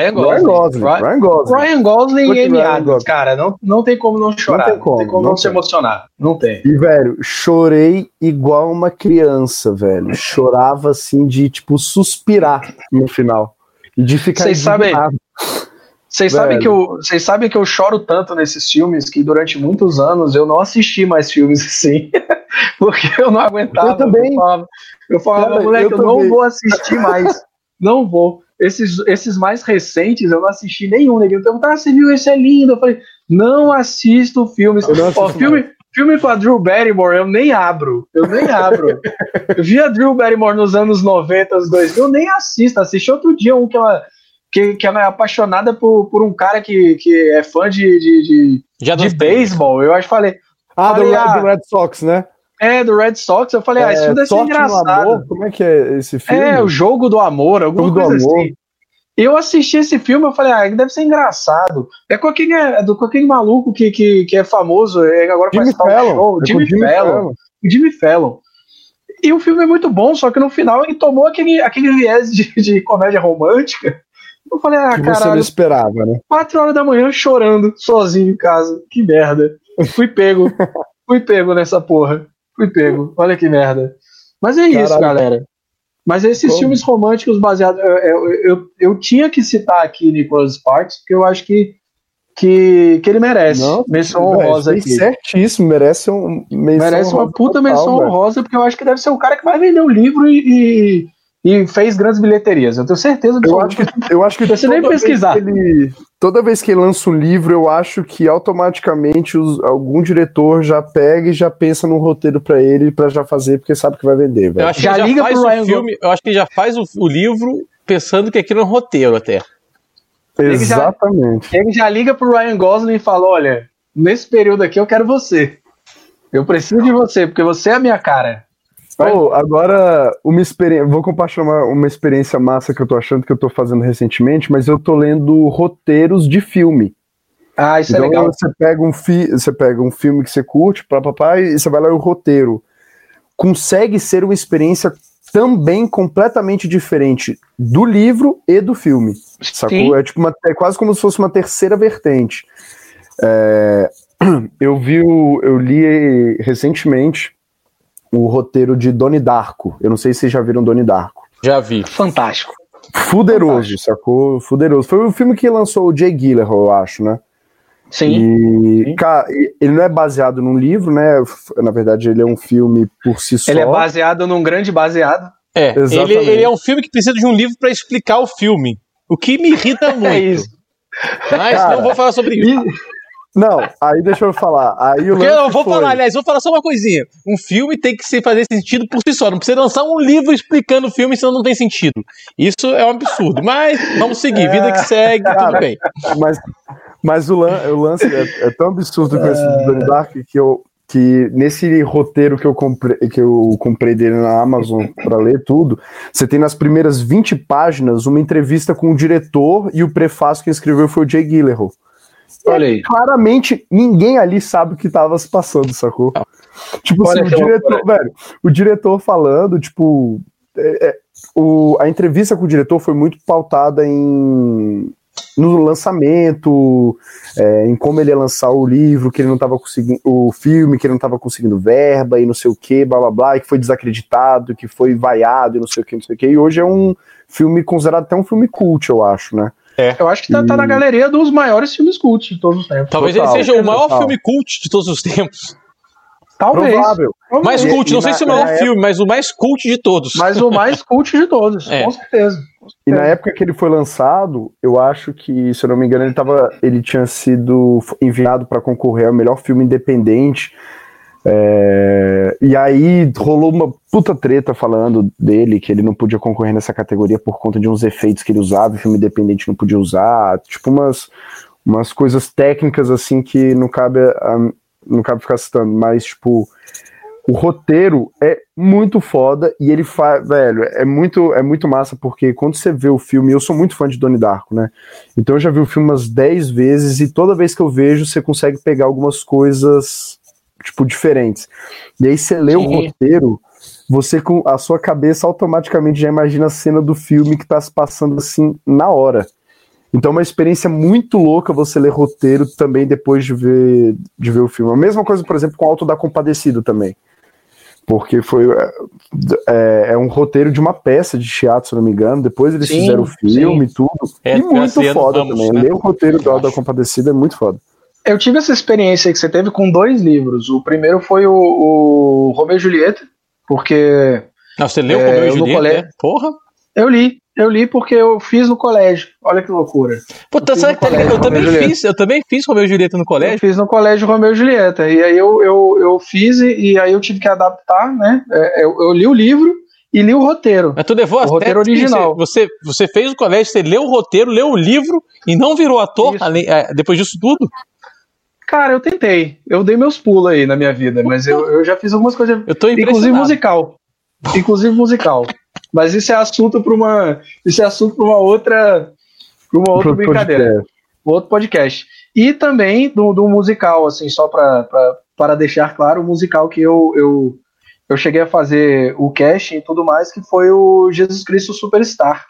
Ryan Gosling e Amy Adams, cara, não tem como não chorar, não tem como não se emocionar, não tem. E, velho, chorei igual uma criança, velho, chorava assim de, tipo, suspirar no final. E de ficar indignado. Vocês sabem que eu choro tanto nesses filmes que durante muitos anos eu não assisti mais filmes assim, porque eu não aguentava. Eu também. Eu falava, moleque, eu não vou assistir mais. Não vou. Esses mais recentes eu não assisti nenhum. Ninguém perguntava, você viu, esse é lindo. Eu falei, não assisto filmes. Filme com a Drew Barrymore eu nem abro. Eu Eu vi a Drew Barrymore nos anos 90, anos 2000, eu nem assisti outro dia um que ela é apaixonada por um cara que é fã de beisebol. Eu acho que falei... do Red Sox, né? Do Red Sox. Eu falei, isso deve ser engraçado. Amor? Como é que é esse filme? O Jogo do Amor, alguma coisa assim. Eu assisti esse filme, eu falei, deve ser engraçado. É com aquele maluco que é famoso, agora faz show. Jimmy Fallon. E o filme é muito bom, só que no final ele tomou aquele viés de comédia romântica. Eu falei, que caralho, você não esperava, né? 4 horas da manhã chorando, sozinho em casa. Que merda. Fui pego nessa porra. Olha que merda. Mas é isso, galera. Mas esses filmes românticos baseados... Eu tinha que citar aqui Nicholas Sparks, porque eu acho que ele merece. Menção honrosa aqui. Certíssimo, merece uma puta menção honrosa, porque eu acho que deve ser o cara que vai vender o livro e fez grandes bilheterias. Eu tenho certeza disso. Eu acho que você nem pesquisar. Toda vez que ele lança um livro, eu acho que automaticamente algum diretor já pega e já pensa num roteiro pra ele, pra já fazer, porque sabe que vai vender, velho. Eu acho que ele já faz o livro pensando que aquilo é um roteiro até. Exatamente. Ele já liga pro Ryan Gosling e fala, olha, nesse período aqui eu quero você. Eu preciso de você, porque você é a minha cara. Agora, vou compartilhar uma experiência massa que eu tô achando que eu tô fazendo recentemente, mas eu tô lendo roteiros de filme. Isso é legal. Você pega um filme que você curte, e você vai lá o roteiro. Consegue ser uma experiência também completamente diferente do livro e do filme. Sacou? É quase como se fosse uma terceira vertente. Eu li recentemente o roteiro de Donnie Darko. Eu não sei se vocês já viram Donnie Darko. Já vi. Fantástico. Fuderoso, sacou? Fuderoso. Foi o filme que lançou o Jay Gyllenhaal, eu acho, né? Sim. Cara, ele não é baseado num livro, né? Na verdade, ele é um filme por si só. Ele é baseado num grande baseado. Ele é um filme que precisa de um livro para explicar o filme. O que me irrita muito. Isso. Mas não vou falar sobre isso. Não, aí deixa eu falar. Vou falar só uma coisinha. Um filme tem que fazer sentido por si só. Não precisa lançar um livro explicando o filme, senão não tem sentido. Isso é um absurdo. Mas vamos seguir. Vida que segue, tudo bem. Mas o lance é tão absurdo com esse Donnie Darko que nesse roteiro que eu comprei dele na Amazon para ler tudo, você tem nas primeiras 20 páginas uma entrevista com o diretor e o prefácio que escreveu foi o Jay Gyllenhaal. Olha aí. Claramente, ninguém ali sabe o que tava se passando, sacou? Tipo assim, o diretor falando, tipo... a entrevista com o diretor foi muito pautada no lançamento, em como ele ia lançar o livro, que ele não tava conseguindo... O filme, que ele não tava conseguindo verba e não sei o que, blá blá blá, e que foi desacreditado, que foi vaiado e não sei o que, não sei o que. E hoje é um filme considerado até um filme cult, eu acho, né? Eu acho que tá na galeria dos maiores filmes cult de todos os tempos. Talvez ele seja o maior filme cult de todos os tempos. Talvez. Provável. Mais cult, não sei se é o maior filme, mas o mais cult de todos. Mas o mais cult de todos, com certeza. E na época que ele foi lançado, eu acho que, se eu não me engano, ele tinha sido enviado para concorrer ao melhor filme independente. E aí rolou uma puta treta falando dele, que ele não podia concorrer nessa categoria por conta de uns efeitos que ele usava, o filme independente não podia usar, tipo umas coisas técnicas assim que não cabe ficar citando, mas tipo, o roteiro é muito foda e ele faz, velho, é muito massa, porque quando você vê o filme, eu sou muito fã de Donnie Darko, né? Então eu já vi o filme umas 10 vezes e toda vez que eu vejo, você consegue pegar algumas coisas, tipo, diferentes. E aí você lê o roteiro, você com a sua cabeça automaticamente já imagina a cena do filme que tá se passando assim na hora. Então é uma experiência muito louca você ler roteiro também depois de ver o filme. A mesma coisa, por exemplo, com o Auto da Compadecida também. Porque é um roteiro de uma peça de teatro, se não me engano. Depois eles fizeram o filme e tudo. E muito foda também. Ler o roteiro do Auto da Compadecida é muito foda. Eu tive essa experiência que você teve com 2 livros. O primeiro foi o Romeu e Julieta, porque... Você leu o Romeu e Julieta? Porra! Eu li porque eu fiz no colégio. Olha que loucura. Puta, sabe que eu também fiz Romeu e Julieta no colégio? Eu fiz no colégio Romeu e Julieta. E aí eu fiz e aí eu tive que adaptar, né? Eu li o livro e li o roteiro. Mas tu levou o roteiro original. Você fez o colégio, você leu o roteiro, leu o livro e não virou ator depois disso tudo? Cara, eu tentei. Eu dei meus pulos aí na minha vida, mas eu já fiz algumas coisas. Eu tô impressionado. Inclusive musical. Mas isso é assunto para uma outra brincadeira. Outro podcast. E também do musical, assim, só para deixar claro, o musical que eu cheguei a fazer o casting e tudo mais, que foi o Jesus Cristo Superstar.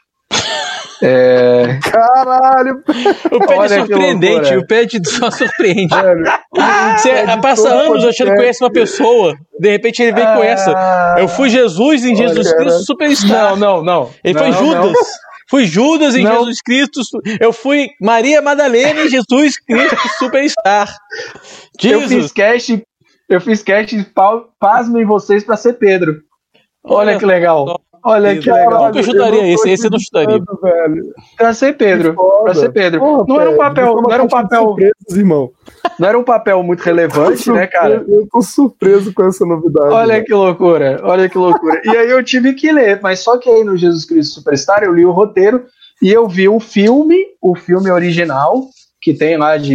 Caralho! O Pé é surpreendente, o Pé só surpreende. Você passa anos achando que conhece uma pessoa, de repente ele vem com essa. Eu fui Jesus em Jesus Cristo Superstar. Não. Ele foi Judas. Fui Judas em Jesus Cristo. Eu fui Maria Madalena em Jesus Cristo Superstar. Eu fiz casting, pasmem vocês pra ser Pedro. Olha que legal. Olha que legal. Eu chutaria esse eu não chutaria. Pra ser Pedro. Porra, não era um papel. Irmão. Não era um papel muito relevante, né, cara? Eu tô surpreso com essa novidade. Olha que loucura. E aí eu tive que ler, mas só que aí no Jesus Cristo Superstar eu li o roteiro e eu vi o filme original, que tem lá de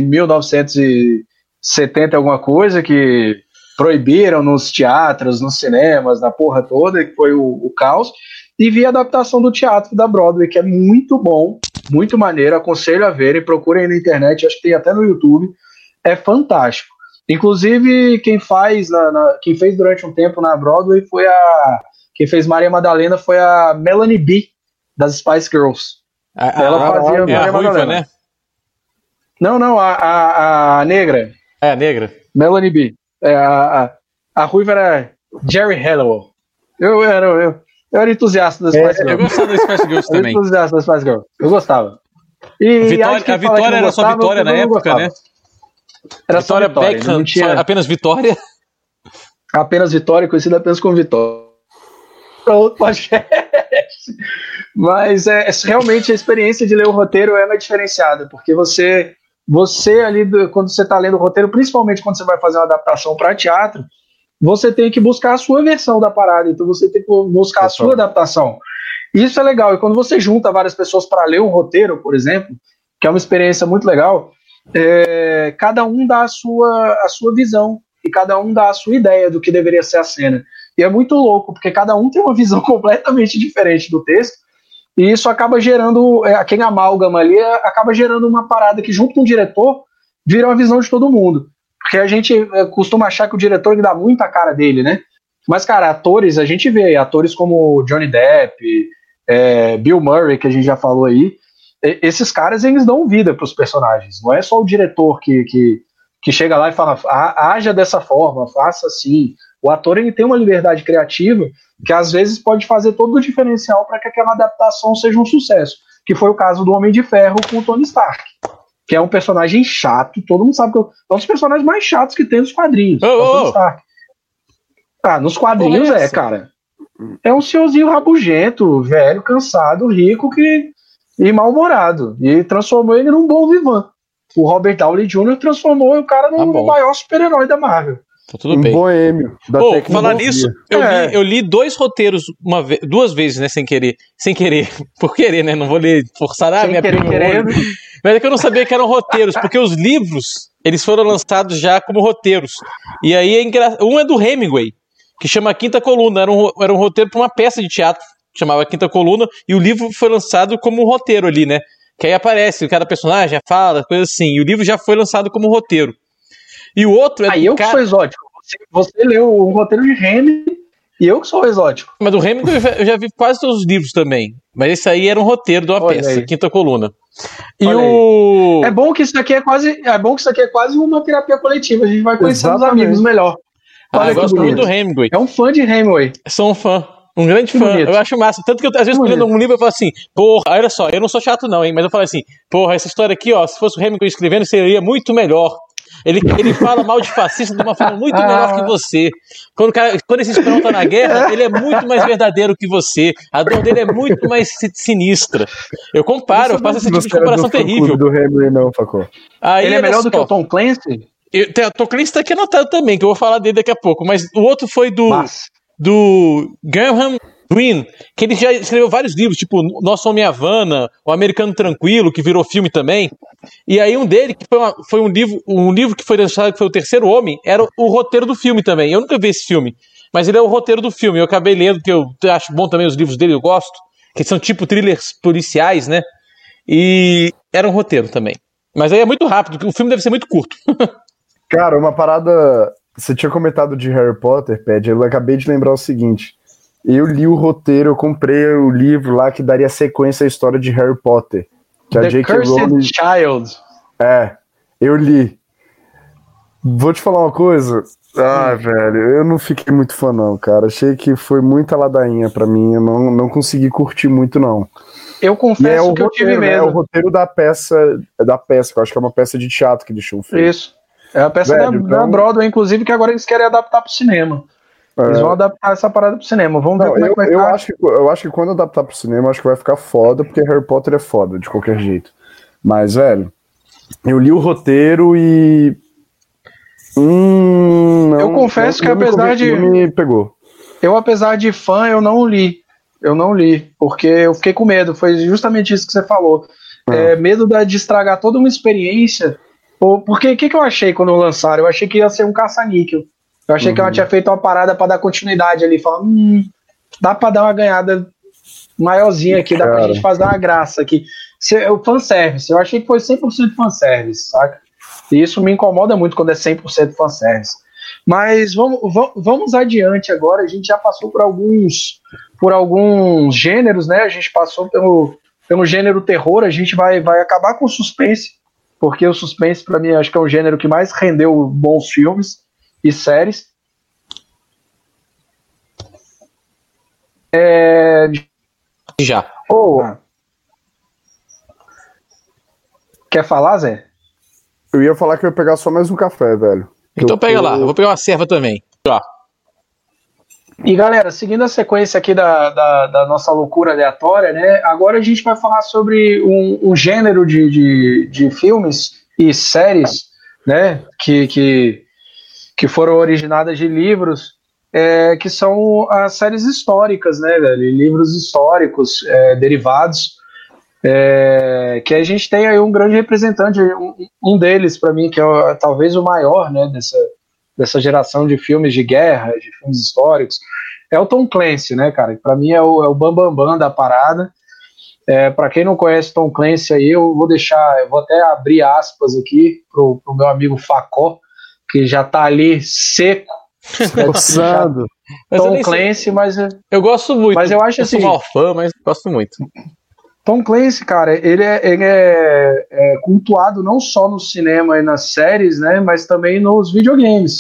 1970 alguma coisa, que proibiram nos teatros, nos cinemas, na porra toda, que foi o caos, e vi a adaptação do teatro da Broadway, que é muito bom, muito maneiro, aconselho a verem, procurem na internet, acho que tem até no YouTube, é fantástico. Inclusive, quem fez durante um tempo na Broadway quem fez Maria Madalena foi a Melanie B, das Spice Girls. Ela fazia Maria Madalena. Né? Não, a negra. A negra. Melanie B. A ruiva era Jerry Halliwell. Eu era entusiasta das Spice Girls. Eu gostava das Spice Girls também. Eu era entusiasta das Spice Girls. Eu gostava. A Vitória era só Vitória na época, né? Era Vitória Beckham, não tinha... apenas Vitória? Apenas Vitória, conhecida apenas como Vitória. Outro podcast. Mas realmente a experiência de ler o roteiro é diferenciada, porque você ali, quando você está lendo o roteiro, principalmente quando você vai fazer uma adaptação para teatro, você tem que buscar a sua versão da parada, então você tem que buscar a sua adaptação. Isso é legal, e quando você junta várias pessoas para ler um roteiro, por exemplo, que é uma experiência muito legal, cada um dá a sua visão, e cada um dá a sua ideia do que deveria ser a cena. E é muito louco, porque cada um tem uma visão completamente diferente do texto, e isso acaba gerando, quem amálgama ali, acaba gerando uma parada que, junto com o diretor, vira uma visão de todo mundo. Porque a gente costuma achar que o diretor dá muito a cara dele, né? Mas, cara, atores, a gente vê, atores como Johnny Depp, Bill Murray, que a gente já falou aí, esses caras, eles dão vida para os personagens. Não é só o diretor que chega lá e fala, haja dessa forma, faça assim. O ator, ele tem uma liberdade criativa que às vezes pode fazer todo o diferencial para que aquela adaptação seja um sucesso. que foi o caso do Homem de Ferro com o Tony Stark, que é um personagem chato, todo mundo sabe que é um dos personagens mais chatos que tem nos quadrinhos. É o Tony Stark. Nos quadrinhos cara. É um senhorzinho rabugento, velho, cansado, rico e mal-humorado. E transformou ele num bom vivan. O Robert Downey Jr. transformou o cara no maior super-herói da Marvel. Tá tudo bem. Boêmio. Falar nisso, eu li 2 roteiros duas vezes, né, sem querer. Por querer, né? Não vou ler forçar a minha querer. Mas é que eu não sabia que eram roteiros, porque os livros, eles foram lançados já como roteiros. E aí um é do Hemingway, que chama A Quinta Coluna. Era um roteiro para uma peça de teatro, que chamava A Quinta Coluna, e o livro foi lançado como um roteiro ali, né? Que aí aparece, cada personagem fala, coisa assim. E o livro já foi lançado como roteiro. E o outro é eu que sou exótico. Você leu o roteiro de Hemingway e eu que sou exótico. Mas do Hemingway eu já vi quase todos os livros também. Mas esse aí era um roteiro de uma peça, Quinta Coluna. É bom que isso aqui é quase uma terapia coletiva. A gente vai conhecendo os amigos melhor. Eu gosto muito do Hemingway. É um fã de Hemingway. Sou um fã. Um grande fã. Bonito. Eu acho massa. Tanto que eu, às vezes, lendo um livro, eu falo assim, porra, olha só, eu não sou chato não, hein? Mas eu falo assim, porra, essa história aqui, ó, se fosse o Hemingway escrevendo, seria muito melhor. Ele fala mal de fascista de uma forma muito melhor que você. Quando esse espanhol tá na guerra, ele é muito mais verdadeiro que você. A dor dele é muito mais sinistra. Eu comparo, eu faço esse tipo de comparação terrível. Do Hemingway não, Facó. Ele é melhor do que o Tom Clancy? O Tom Clancy tá aqui anotado também, que eu vou falar dele daqui a pouco. Mas o outro foi do Graham Greene, que ele já escreveu vários livros, tipo Nosso Homem Havana, O Americano Tranquilo, que virou filme também. E aí um dele, que foi um livro que foi lançado, que foi O Terceiro Homem, era o roteiro do filme também. Eu nunca vi esse filme, mas ele é o roteiro do filme. Eu acabei lendo, que eu acho bom também os livros dele, eu gosto, que são tipo thrillers policiais, né? E era um roteiro também. Mas aí é muito rápido, o filme deve ser muito curto. Cara, uma parada... Você tinha comentado de Harry Potter, Ped, eu acabei de lembrar o seguinte... Eu li o roteiro, eu comprei o livro lá que daria sequência à história de Harry Potter. Que The Cursed Child. Eu li. Vou te falar uma coisa. Velho, eu não fiquei muito fã não, cara. Achei que foi muita ladainha pra mim. Eu não consegui curtir muito, não. Eu confesso que eu tive medo. É o roteiro da peça, que eu acho que é uma peça de teatro que eles tinham feito. Isso. É a peça da Broadway, inclusive, que agora eles querem adaptar pro cinema. Eles vão adaptar essa parada pro cinema. Vamos ver como é que vai ficar. Eu acho que quando adaptar pro cinema, acho que vai ficar foda, porque Harry Potter é foda, de qualquer jeito. Mas, velho, eu li o roteiro e... eu confesso que apesar de... Não me pegou. Eu, apesar de fã, eu não li. Porque eu fiquei com medo. Foi justamente isso que você falou. Medo de estragar toda uma experiência. Porque o que eu achei quando lançaram? Eu achei que ia ser um caça-níquel. Eu achei que ela tinha feito uma parada pra dar continuidade ali. Falar, dá pra dar uma ganhada maiorzinha aqui, dá pra gente fazer uma graça aqui. O fanservice, eu achei que foi 100% fanservice, saca? E isso me incomoda muito quando é 100% fanservice. Mas vamos adiante agora. A gente já passou por alguns gêneros, né? A gente passou pelo gênero terror. A gente vai acabar com o suspense, porque o suspense, pra mim, acho que é o gênero que mais rendeu bons filmes e séries. Já. Quer falar, Zé? Eu ia falar que eu ia pegar só mais um café, velho. Então pega lá, eu vou pegar uma serva também. Ó. E galera, seguindo a sequência aqui da nossa loucura aleatória, né? Agora a gente vai falar sobre um gênero de filmes e séries, né? Que foram originadas de livros, que são as séries históricas, né, velho? Livros históricos, derivados, que a gente tem aí um grande representante, um deles, para mim, que é talvez o maior, né, dessa geração de filmes de guerra, de filmes históricos, é o Tom Clancy, né, cara? Para mim é o bambambam da parada. Para quem não conhece Tom Clancy aí, eu vou até abrir aspas aqui pro meu amigo Facó, que já tá ali seco, forçando. Tom Clancy, mas eu gosto muito. Mas eu acho assim, sou mal fã, mas gosto muito. Tom Clancy, cara, ele é cultuado não só no cinema e nas séries, né, mas também nos videogames.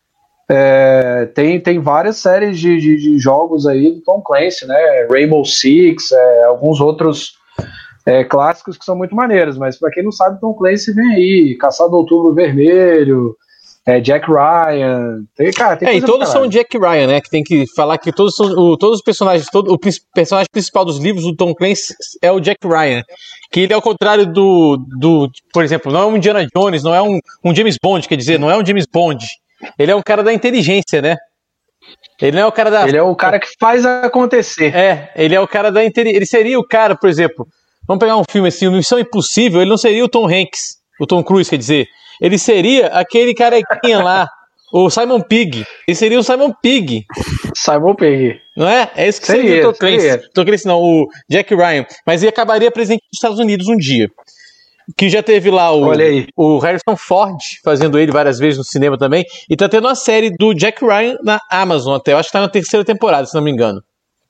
Tem várias séries de jogos aí do Tom Clancy, né? Rainbow Six, alguns outros clássicos que são muito maneiros, mas pra quem não sabe, Tom Clancy vem aí, Caçado do Outubro Vermelho, Jack Ryan, tem e todos são Jack Ryan, né? Que tem que falar que todos os personagens, o personagem principal dos livros do Tom Clancy é o Jack Ryan. Que ele é ao contrário do por exemplo, não é um Indiana Jones, não é um James Bond, quer dizer, não é um James Bond. Ele é um cara da inteligência, né? Ele não é o cara da... Ele é o cara que faz acontecer. Ele é o cara da inteligência. Ele seria o cara, por exemplo, vamos pegar um filme assim, Missão Impossível, ele não seria o Tom Hanks, o Tom Cruise, quer dizer. Ele seria aquele carequinha lá, o Simon Pegg. Ele seria o Simon Pegg. Simon Pegg. Não é? É isso que seria o Tom Clancy. Tom Clancy não, o Jack Ryan. Mas ele acabaria presente nos Estados Unidos um dia. Que já teve lá o Harrison Ford fazendo ele várias vezes no cinema também. E tá tendo uma série do Jack Ryan na Amazon até. Eu acho que tá na 3ª temporada, se não me engano.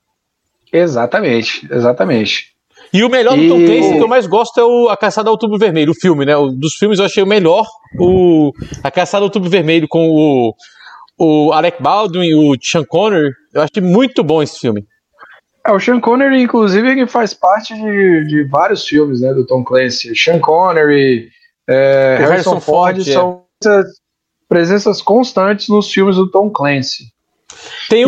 Exatamente. E o melhor do Tom Clancy que eu mais gosto é A Caçada ao Outubro Vermelho, o filme, né? Dos filmes eu achei o melhor A Caçada ao Outubro Vermelho com o Alec Baldwin e o Sean Connery. Eu achei muito bom esse filme. O Sean Connery, inclusive, ele faz parte de vários filmes, né, do Tom Clancy. Sean Connery, Harrison Ford são presenças constantes nos filmes do Tom Clancy. Tem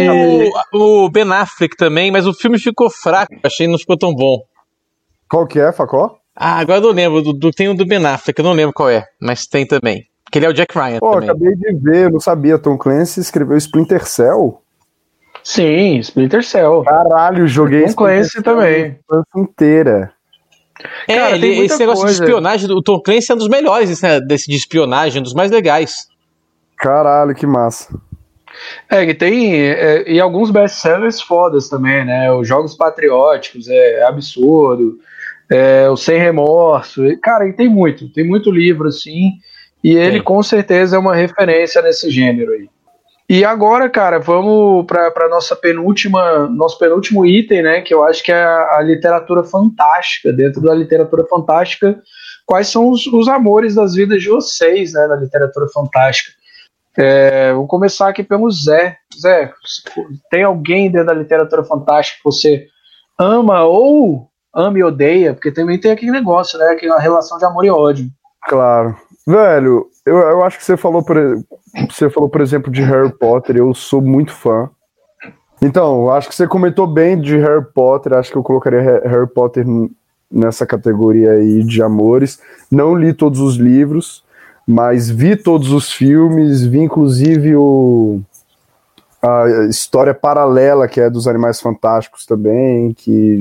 o Ben Affleck também, mas o filme ficou fraco, achei que não ficou tão bom. Qual que é, Facó? Agora eu não lembro, tem o do Ben Affleck, eu não lembro qual é, mas tem também. Que ele é o Jack Ryan também. Acabei de ver, eu não sabia, Tom Clancy escreveu Splinter Cell. Sim, Splinter Cell. Caralho, joguei Tom Clancy também. A inteira. Cara, esse negócio de espionagem, o Tom Clancy é um dos melhores, né, desse de espionagem, um dos mais legais. Caralho, que massa. Que tem e alguns best-sellers fodas também, né? Os Jogos Patrióticos, Absurdo, o Sem Remorso. Cara, e tem muito livro, assim, e ele com certeza é uma referência nesse gênero aí. E agora, cara, vamos para nosso penúltimo item, né? Que eu acho que é a literatura fantástica. Dentro da literatura fantástica, quais são os amores das vidas de vocês, né? Na literatura fantástica. Vou começar aqui pelo Zé. Zé, tem alguém dentro da literatura fantástica que você ama ou ama e odeia? Porque também tem aquele negócio, né? Aquela relação de amor e ódio. Claro. Velho, eu acho que você falou, por exemplo, de Harry Potter. Eu sou muito fã. Então, acho que você comentou bem de Harry Potter. Acho que eu colocaria Harry Potter nessa categoria aí de amores. Não li todos os livros, mas vi todos os filmes, vi inclusive a história paralela, que é dos Animais Fantásticos também, que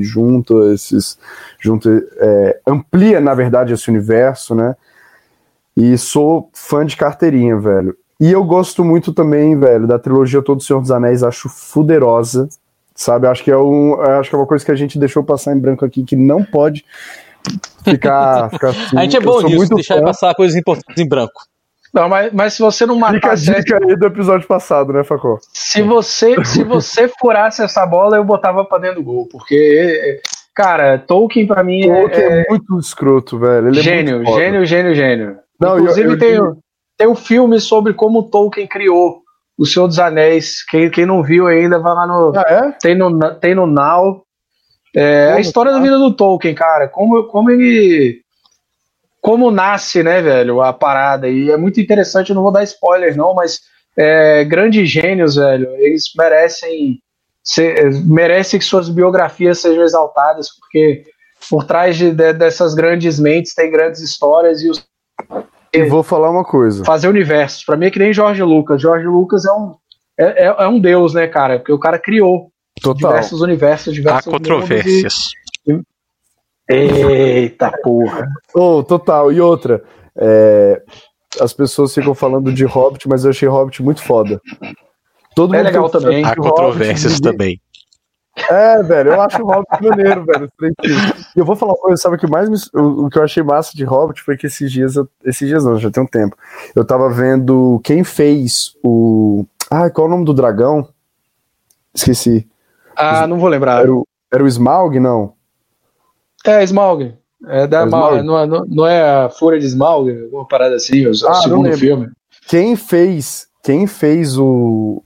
amplia, na verdade, esse universo, né? E sou fã de carteirinha, velho. E eu gosto muito também, velho, da trilogia Todo o Senhor dos Anéis, acho fuderosa, sabe? Acho que é uma coisa que a gente deixou passar em branco aqui, que não pode ficar assim. A gente é bom nisso, deixar passar coisas importantes em branco. Não, mas se você não matar... Fica a dica aí do episódio passado, né, Facó? Se você furasse essa bola, eu botava pra dentro do gol, porque... Cara, Tolkien pra mim é muito escroto, velho. Ele gênio, é muito gênio. Não, inclusive tem um filme sobre como Tolkien criou O Senhor dos Anéis. Quem não viu ainda, vai lá no... Tem no Now. A história da vida do Tolkien, cara. Como nasce, né, velho, a parada. E é muito interessante, eu não vou dar spoiler não, mas grandes gênios, velho, eles merecem que suas biografias sejam exaltadas, porque por trás dessas grandes mentes tem grandes histórias e vou falar uma coisa. Fazer universos. Pra mim é que nem George Lucas. George Lucas é um deus, né, cara? Porque o cara criou diversos universos, diversos... Há controvérsias. Eita porra. Total. E outra, as pessoas ficam falando de Hobbit, mas eu achei Hobbit muito foda. Todo mundo legal também. Há controvérsias também. Velho, eu acho o Hobbit maneiro, velho. E eu vou falar uma coisa, sabe, o que eu achei massa de Hobbit foi que esses dias não, já tem um tempo, eu tava vendo quem fez qual é o nome do dragão? Esqueci. Não vou lembrar. Era o Smaug, não? Smaug. Não é a Fúria de Smaug? Alguma parada assim, o segundo filme. Quem fez o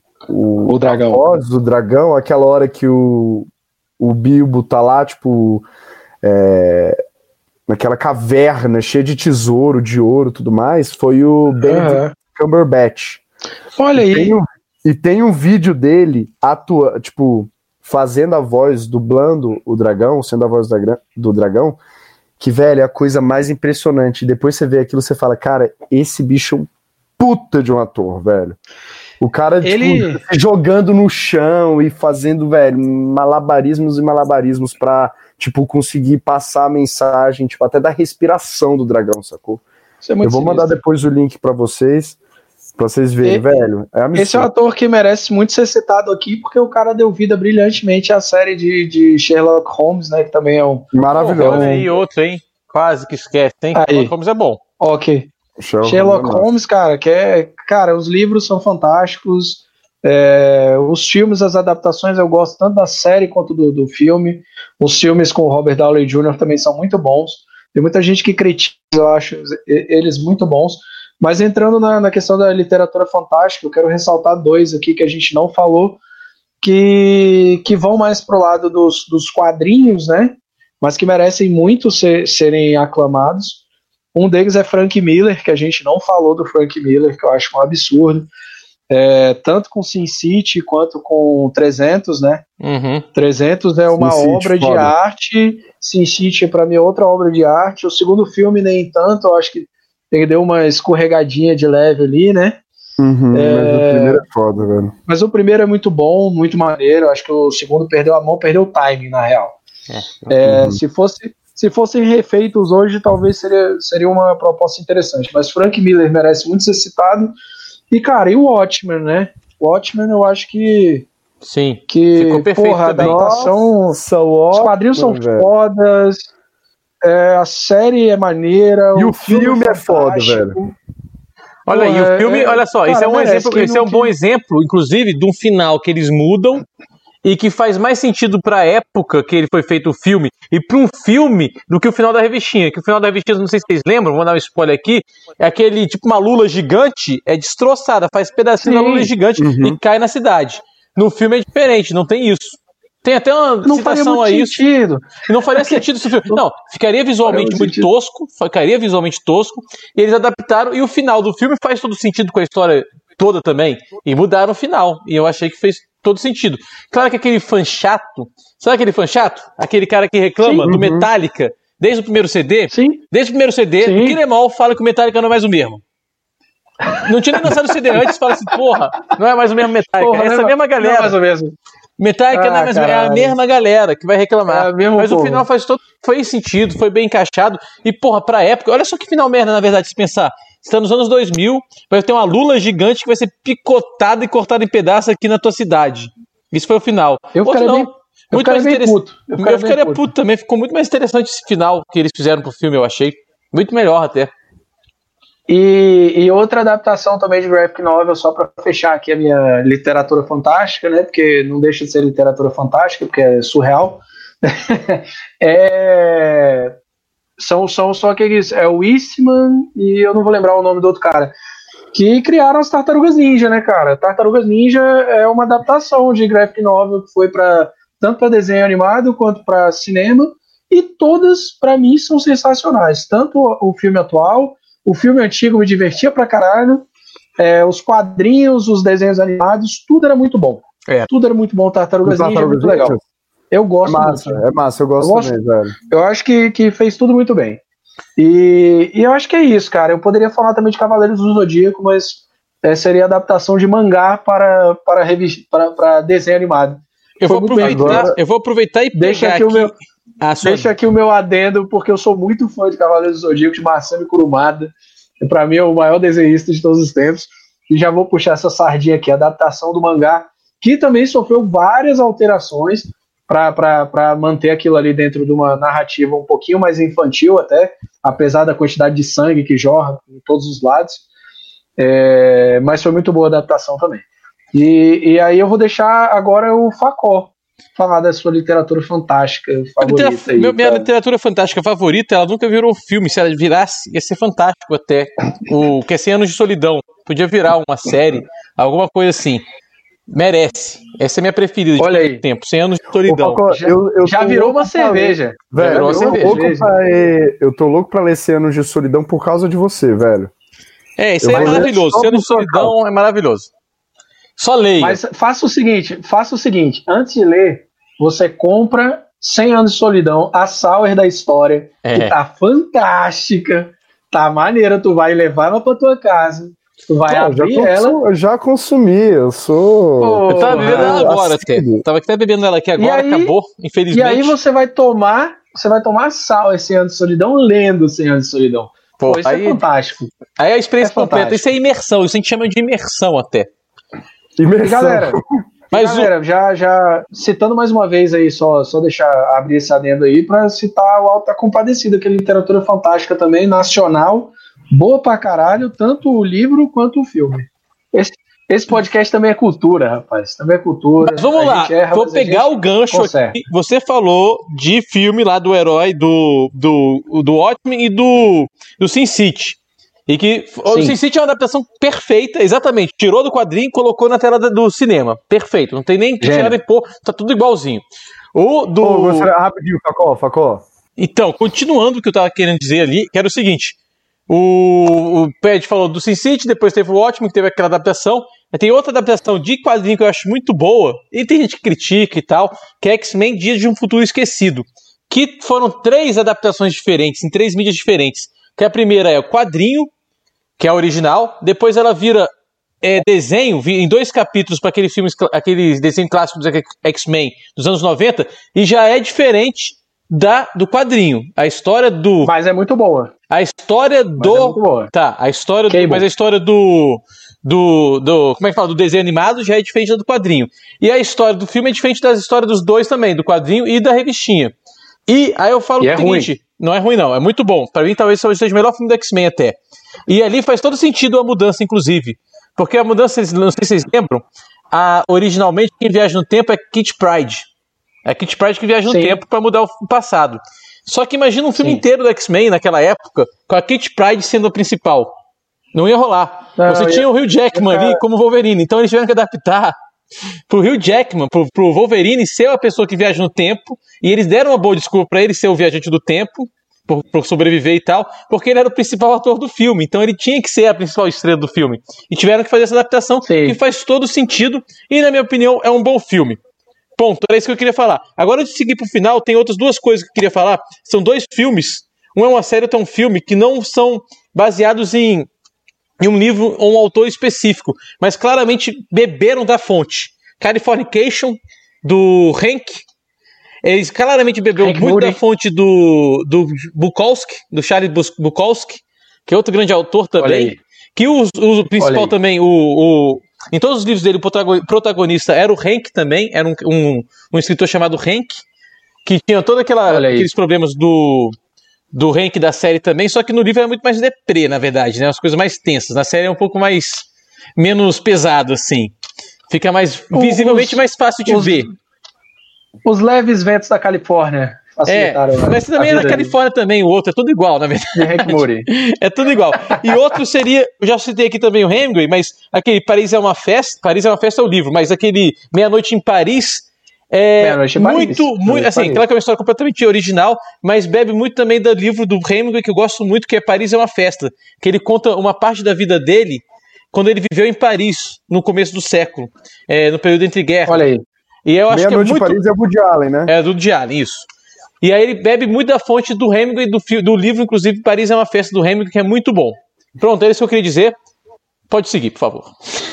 dragão. A voz do dragão, aquela hora que o Bilbo tá lá, tipo, naquela caverna cheia de tesouro, de ouro e tudo mais, foi o Benedict Cumberbatch. Olha aí. E tem um vídeo dele fazendo a voz, dublando o dragão, sendo a voz do dragão, que, velho, é a coisa mais impressionante. Depois você vê aquilo, você fala, cara, esse bicho é um puta de um ator, velho. O cara, jogando no chão e fazendo, velho, malabarismos e malabarismos pra, conseguir passar a mensagem, até da respiração do dragão, sacou? Isso é muito Eu vou mandar depois o link pra vocês verem, velho. Esse é um ator que merece muito ser citado aqui, porque o cara deu vida brilhantemente à série de Sherlock Holmes, né, que também é um... Maravilhoso. Olha aí outro, hein? Quase que esquece, hein? Aí. Sherlock Holmes é bom. Ok. Sherlock Holmes, cara, cara, os livros são fantásticos, os filmes, as adaptações, eu gosto tanto da série quanto do filme. Os filmes com o Robert Downey Jr. também são muito bons. Tem muita gente que critica, eu acho eles muito bons. Mas entrando na questão da literatura fantástica, eu quero ressaltar dois aqui que a gente não falou, que vão mais pro lado dos quadrinhos, né? Mas que merecem muito serem aclamados. Um deles é Frank Miller, que a gente não falou do Frank Miller, que eu acho um absurdo. Tanto com Sin City quanto com 300, né? 300 é uma obra de arte. Sin City, para mim, é outra obra de arte. O segundo filme, nem tanto, eu acho que ele deu uma escorregadinha de leve ali, né? Mas o primeiro é foda, velho. Mas o primeiro é muito bom, muito maneiro. Acho que o segundo perdeu a mão, perdeu o timing, na real. Se fossem refeitos hoje, talvez seria uma proposta interessante. Mas Frank Miller merece muito ser citado. E, cara, e o Watchmen, né? O Watchmen, eu acho que... Sim, que, ficou perfeito a adaptação... Os quadrinhos são fodas... a série é maneira. E o filme é foda, velho. Olha aí, o filme, olha só, cara, esse é um bom exemplo, inclusive, de um final que eles mudam e que faz mais sentido pra época que ele foi feito o filme e pra um filme do que o final da revistinha. Que o final da revistinha, não sei se vocês lembram, vou dar um spoiler aqui, é aquele, uma lula gigante, é destroçada, faz pedacinho da lula gigante e cai na cidade. No filme é diferente, não tem isso. Tem até uma citação a isso. Não faria sentido esse filme. Não, ficaria visualmente muito tosco. E eles adaptaram. E o final do filme faz todo sentido com a história toda também. E mudaram o final. E eu achei que fez todo sentido. Claro que aquele fã chato. Sabe aquele fã chato? Aquele cara que reclama do Metallica desde o primeiro CD? Sim. Desde o primeiro CD, o Kill Em All fala que o Metallica não é mais o mesmo. Não tinha nem lançado o CD antes, fala assim, porra, não é mais o mesmo Metallica. Essa mesma galera. Não é mais o mesmo. Metallica é a mesma galera que vai reclamar. Mas o final fez sentido, foi bem encaixado. E, porra, pra época, olha só que final merda, na verdade, se pensar. Você tá nos anos 2000, vai ter uma lula gigante que vai ser picotada e cortada em pedaços aqui na tua cidade. Isso foi o final. Eu ficaria puto também. Ficou muito mais interessante esse final que eles fizeram pro filme, eu achei. Muito melhor até. E outra adaptação também de graphic novel, só para fechar aqui a minha literatura fantástica, né? Porque não deixa de ser literatura fantástica, porque é surreal. São só aqueles. É o Eastman e eu não vou lembrar o nome do outro cara. Que criaram as Tartarugas Ninja, né, cara? Tartarugas Ninja é uma adaptação de graphic novel que foi tanto para desenho animado quanto para cinema. E todas, para mim, são sensacionais. Tanto o filme atual. O filme antigo me divertia pra caralho. Os quadrinhos, os desenhos animados, tudo era muito bom. Tudo era muito bom. Tartarugas Ninja é muito legal. Eu gosto muito. É massa, eu gosto também, velho. Eu acho que fez tudo muito bem. E eu acho que é isso, cara. Eu poderia falar também de Cavaleiros do Zodíaco, mas seria adaptação de mangá para desenho animado. Eu vou aproveitar e deixa aqui o meu adendo, porque eu sou muito fã de Cavaleiros do Zodíaco, de Masami Kurumada. Pra mim é o maior desenhista de todos os tempos. E já vou puxar essa sardinha aqui, a adaptação do mangá, que também sofreu várias alterações para manter aquilo ali dentro de uma narrativa um pouquinho mais infantil até, apesar da quantidade de sangue que jorra em todos os lados. Mas foi muito boa a adaptação também. E aí eu vou deixar agora o Facó falar da sua literatura fantástica favorita. Minha literatura fantástica favorita, ela nunca virou filme. Se ela virasse, ia ser fantástico até. O que é 100 Anos de Solidão. Podia virar uma série, alguma coisa assim. Merece. Essa é a minha preferida. Olha aí. Tempo, 100 anos de solidão. Já virou uma cerveja. Velho, eu tô louco pra ler 100 anos de solidão por causa de você, velho. Isso aí é maravilhoso. 100 anos de solidão é maravilhoso. Só leia. Mas faça o seguinte, antes de ler, você compra 100 anos de solidão, a Sour da história, que tá fantástica, tá maneira, tu vai levar ela pra tua casa. Tu vai abrir ela. Eu já consumi, eu sou. Eu tava bebendo ela agora, até. Tava até bebendo ela aqui agora, acabou, infelizmente. E aí você vai tomar sal esse ano de solidão, lendo 100 anos de solidão. Pô, isso é fantástico. Aí a experiência completa. Isso é imersão, isso a gente chama de imersão até. Imersão. Galera, já citando mais uma vez aí, só deixar abrir esse adendo aí pra citar o Auto da Compadecida, que é literatura fantástica também, nacional. Boa pra caralho, tanto o livro quanto o filme. Esse podcast também é cultura, rapaz. Também é cultura. Mas vamos lá, vou pegar o gancho aqui. Você falou de filme lá do herói do Watchmen e do Sin City. E que o Sin City é uma adaptação perfeita, exatamente. Tirou do quadrinho e colocou na tela do cinema. Perfeito. Não tem nem que tirar e pôr, tá tudo igualzinho. Rapidinho, Facó. Então, continuando o que eu tava querendo dizer ali, que era o seguinte. O Ped falou do Sin City, depois teve o Watchmen, que teve aquela adaptação. Tem outra adaptação de quadrinho que eu acho muito boa, e tem gente que critica e tal, que é X-Men Dias de um Futuro Esquecido. Que foram 3 adaptações diferentes, em 3 mídias diferentes. Que a primeira é o quadrinho, que é a original, depois ela vira desenho, em 2 capítulos para aquele desenho clássico dos X-Men dos anos 90, e já é diferente do quadrinho. A história do... Mas é muito boa. A história do... Tá, a história do... Mas a história do como é que fala? Do desenho animado já é diferente do quadrinho. E a história do filme é diferente das histórias dos dois também, do quadrinho e da revistinha. E aí eu falo o seguinte... Ruim. Não é ruim não, é muito bom. Pra mim talvez seja o melhor filme do X-Men até. E ali faz todo sentido a mudança, inclusive. Porque a mudança, não sei se vocês lembram, originalmente quem viaja no tempo é Kitty Pryde. É a Kitty Pryde que viaja no tempo pra mudar o passado. Só que imagina um filme inteiro do X-Men naquela época, com a Kitty Pryde sendo a principal. Não ia rolar. Você tinha o Hugh Jackman ali como Wolverine, então eles tiveram que adaptar pro Hugh Jackman, pro Wolverine ser a pessoa que viaja no tempo, e eles deram uma boa desculpa pra ele ser o viajante do tempo, por sobreviver e tal, porque ele era o principal ator do filme, então ele tinha que ser a principal estrela do filme. E tiveram que fazer essa adaptação, que faz todo sentido, e na minha opinião é um bom filme. Ponto, era isso que eu queria falar. Agora, antes de seguir pro final, tem outras 2 coisas que eu queria falar. São 2 filmes, um é uma série, outro é um filme, que não são baseados em um livro ou um autor específico, mas claramente beberam da fonte. Californication, do Hank. Eles claramente beberam muito da fonte do Bukowski, do Charles Bukowski, que é outro grande autor também. Que o principal também, em todos os livros dele, o protagonista era o Hank também, era um escritor chamado Hank, que tinha todos aqueles problemas do Hank da série também, só que no livro é muito mais deprê, na verdade, né? As coisas mais tensas. Na série é um pouco menos pesado, assim. Fica visivelmente mais fácil de ver. Os leves ventos da Califórnia facilitaram. Mas também é na Califórnia também, o outro é tudo igual, na verdade. De Hank Moody. É tudo igual. E outro seria, eu já citei aqui também o Hemingway, mas aquele Paris é uma Festa é o livro, mas aquele Meia-Noite em Paris muito, assim, claro que é uma história completamente original, mas bebe muito também do livro do Hemingway, que eu gosto muito, que é Paris é uma Festa, que ele conta uma parte da vida dele quando ele viveu em Paris, no começo do século, no período entre guerras. Olha aí. E eu acho que é muito... Paris é o Woody Allen, né? É, do Woody Allen, isso. E aí ele bebe muito da fonte do Hemingway, do livro, inclusive, Paris é uma Festa do Hemingway, que é muito bom. Pronto, é isso que eu queria dizer. Pode seguir, por favor.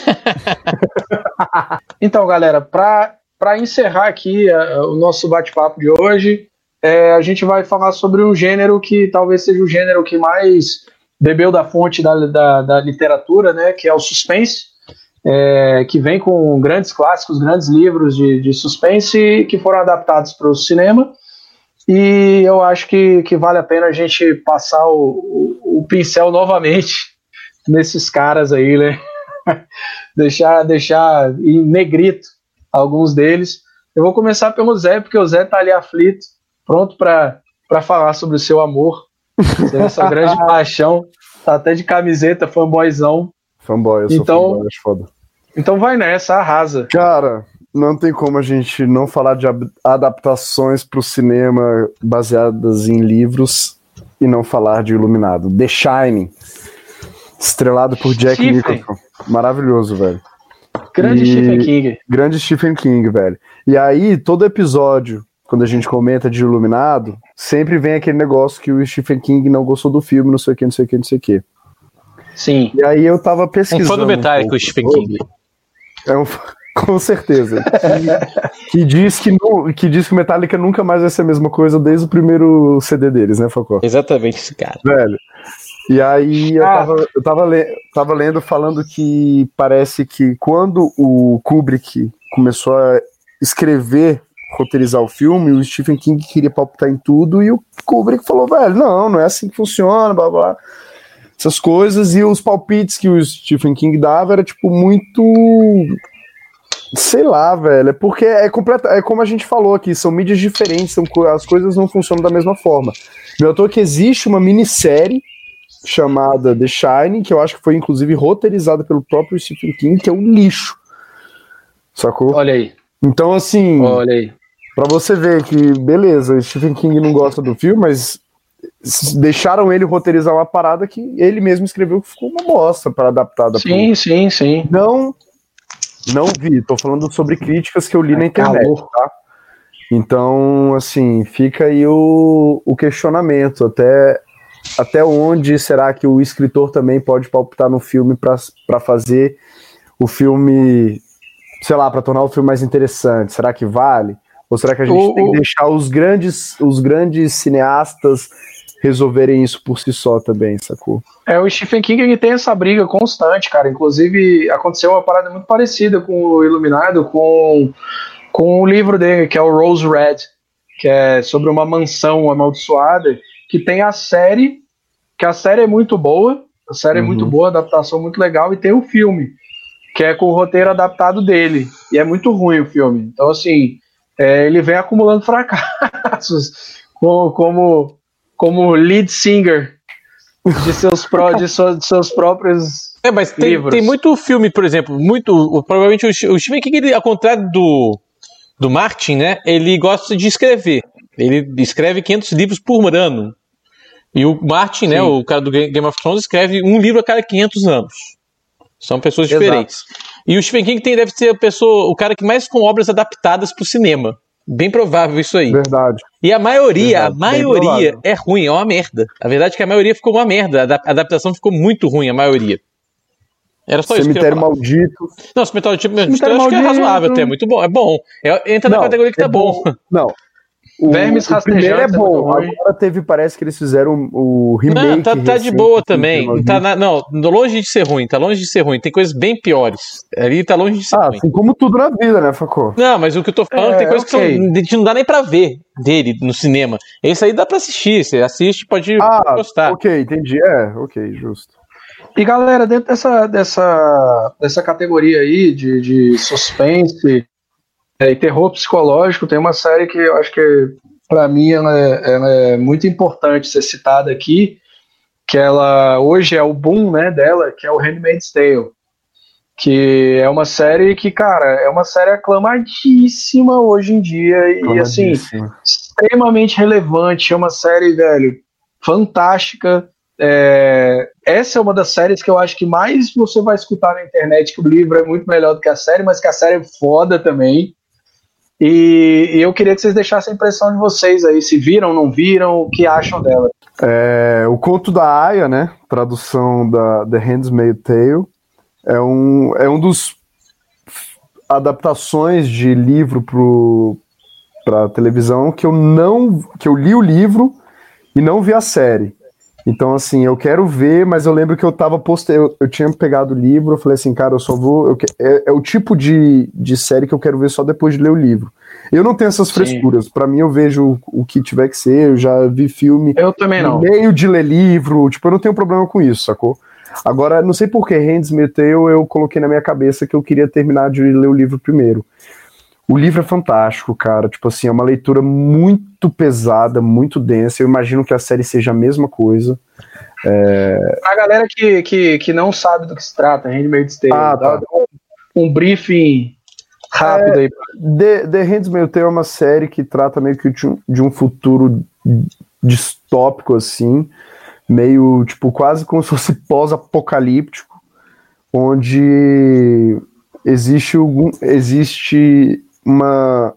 Então, galera, para encerrar aqui o nosso bate-papo de hoje, a gente vai falar sobre um gênero que talvez seja o gênero que mais bebeu da fonte da literatura, né, que é o suspense, que vem com grandes clássicos, grandes livros de suspense que foram adaptados para o cinema, e eu acho que vale a pena a gente passar o pincel novamente nesses caras aí, né? deixar em negrito alguns deles. Eu vou começar pelo Zé, porque o Zé tá ali aflito, pronto para falar sobre o seu amor, essa grande paixão, tá até de camiseta, fanboyzão. Fanboy, eu sou fanboy, acho foda. Então vai nessa, arrasa. Cara, não tem como a gente não falar de adaptações pro cinema baseadas em livros e não falar de Iluminado. The Shining, estrelado por Jack Nicholson. Maravilhoso, velho. Grande Stephen King. Grande Stephen King, velho. E aí, todo episódio, quando a gente comenta de Iluminado, sempre vem aquele negócio que o Stephen King não gostou do filme, não sei o que, não sei o que, não sei o que. Sim. E aí eu tava pesquisando. Um fã do Metallica, o Stephen King. Com certeza. que diz que o Metallica nunca mais vai ser a mesma coisa desde o primeiro CD deles, né, Facó? Exatamente esse cara. Velho. E aí eu tava lendo falando que parece que quando o Kubrick começou a escrever, roteirizar o filme, o Stephen King queria palpitar em tudo e o Kubrick falou, velho, não é assim que funciona, blá blá. Essas coisas, e os palpites que o Stephen King dava era tipo muito... Sei lá, velho, é porque é como a gente falou aqui, são mídias diferentes, as coisas não funcionam da mesma forma. Meu autor que existe uma minissérie chamada The Shining, que eu acho que foi inclusive roteirizada pelo próprio Stephen King, que é um lixo. Sacou? Olha aí. Então, assim, olha aí. Pra você ver que, beleza, o Stephen King não gosta do filme, mas deixaram ele roteirizar uma parada que ele mesmo escreveu que ficou uma bosta para adaptar da Sim. Não vi, tô falando sobre críticas que eu li na internet, tá? Então, assim, fica aí o questionamento, até onde será que o escritor também pode palpitar no filme para fazer o filme, sei lá, para tornar o filme mais interessante? Será que vale? Ou será que a gente tem que deixar os grandes cineastas resolverem isso por si só também, sacou? O Stephen King ele tem essa briga constante, cara. Inclusive, aconteceu uma parada muito parecida com o Iluminado, com o livro dele, que é o Rose Red, que é sobre uma mansão amaldiçoada, que tem a série, que a série é muito boa, é muito boa, adaptação muito legal, e tem o filme, que é com o roteiro adaptado dele, e é muito ruim o filme. Então, assim, ele vem acumulando fracassos como lead singer de seus próprios mas livros. Tem muito filme, por exemplo, provavelmente o Stephen King, ele, ao contrário do Martin, né, ele gosta de escrever. Ele escreve 500 livros por ano. E o Martin, né, o cara do Game of Thrones, escreve um livro a cada 500 anos. São pessoas diferentes. Exato. E o Stephen King deve ser o cara que mais com obras adaptadas para o cinema. Bem provável isso aí. Verdade. E a maioria é ruim, é uma merda. A verdade é que a maioria ficou uma merda. A adaptação ficou muito ruim, a maioria. Era só Cemitério Maldito. Não, Cemitério Maldito eu acho que é razoável até, é muito bom. É bom. Entra na categoria que tá bom. Não. Vermes Rastejantes é bom. Agora parece que eles fizeram o remake. Não, tá de boa também. Longe de ser ruim. Tá longe de ser ruim. Tem coisas bem piores. Ali tá longe de ser ruim. Assim como tudo na vida, né, Facô? Não, mas o que eu tô falando tem coisas que não dá nem pra ver dele no cinema. Esse aí dá pra assistir. Você assiste, pode gostar. Ok, entendi. Ok, justo. E galera, dentro dessa categoria aí de suspense, terror psicológico, tem uma série que eu acho que, pra mim, ela é muito importante ser citada aqui, que ela hoje é o boom, né, dela, que é o Handmaid's Tale, que é uma série que, cara, é uma série aclamadíssima hoje em dia e, assim, extremamente relevante, é uma série, velho, fantástica. Essa é uma das séries que eu acho que mais você vai escutar na internet, que o livro é muito melhor do que a série, mas que a série é foda também. E eu queria que vocês deixassem a impressão de vocês aí, se viram, não viram, o que acham dela. O Conto da Aia, né, tradução da The Handmaid's Tale, é um dos adaptações de livro para televisão que eu li o livro e não vi a série. Então, assim, eu quero ver, mas eu lembro que eu tinha pegado o livro, eu falei assim, cara, eu só vou... É o tipo de série que eu quero ver só depois de ler o livro. Eu não tenho essas frescuras. Pra mim, eu vejo o que tiver que ser, eu já vi filme... Eu também não. No meio de ler livro, tipo, eu não tenho problema com isso, sacou? Agora, não sei por que Handmaid's Tale eu coloquei na minha cabeça que eu queria terminar de ler o livro primeiro. O livro é fantástico, cara, tipo assim, é uma leitura muito pesada, muito densa, eu imagino que a série seja a mesma coisa. A galera que não sabe do que se trata, Handmaid's Tale, um briefing rápido aí. The Handmaid's Tale é uma série que trata meio que de um futuro distópico, assim, meio, tipo, quase como se fosse pós-apocalíptico, onde existe uma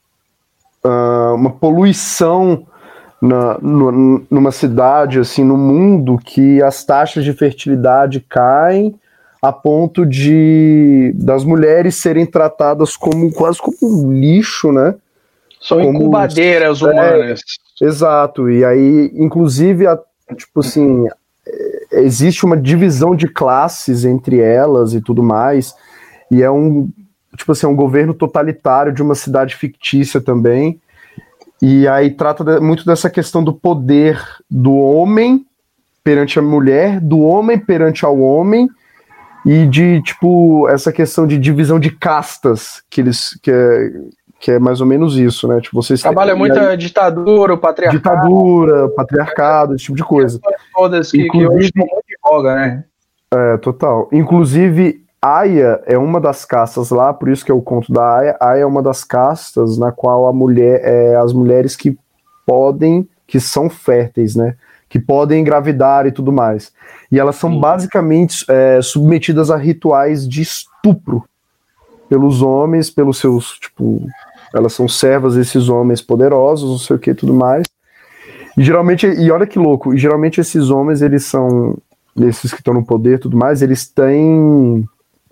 poluição numa cidade, assim, no mundo, que as taxas de fertilidade caem a ponto das mulheres serem tratadas quase como um lixo, né? São incubadeiras humanas. Exato, e aí, inclusive, tipo assim, existe uma divisão de classes entre elas e tudo mais, e é um governo totalitário de uma cidade fictícia também, e aí trata muito dessa questão do poder do homem perante a mulher, do homem perante ao homem, e de, tipo, essa questão de divisão de castas, que é mais ou menos isso, né? Tipo, vocês trabalha muita ditadura, o patriarcado. Ditadura, patriarcado, esse tipo de coisa. Todas que hoje estão muito em voga, né? Total. Inclusive, Aya é uma das castas lá, por isso que é o conto da Aya. Aya é uma das castas na qual as mulheres que são férteis, né? Que podem engravidar e tudo mais. E elas são basicamente submetidas a rituais de estupro pelos homens, pelos seus, tipo, elas são servas desses homens poderosos, não sei o que e tudo mais. E geralmente, e olha que louco, e geralmente esses homens, esses que estão no poder e tudo mais, eles têm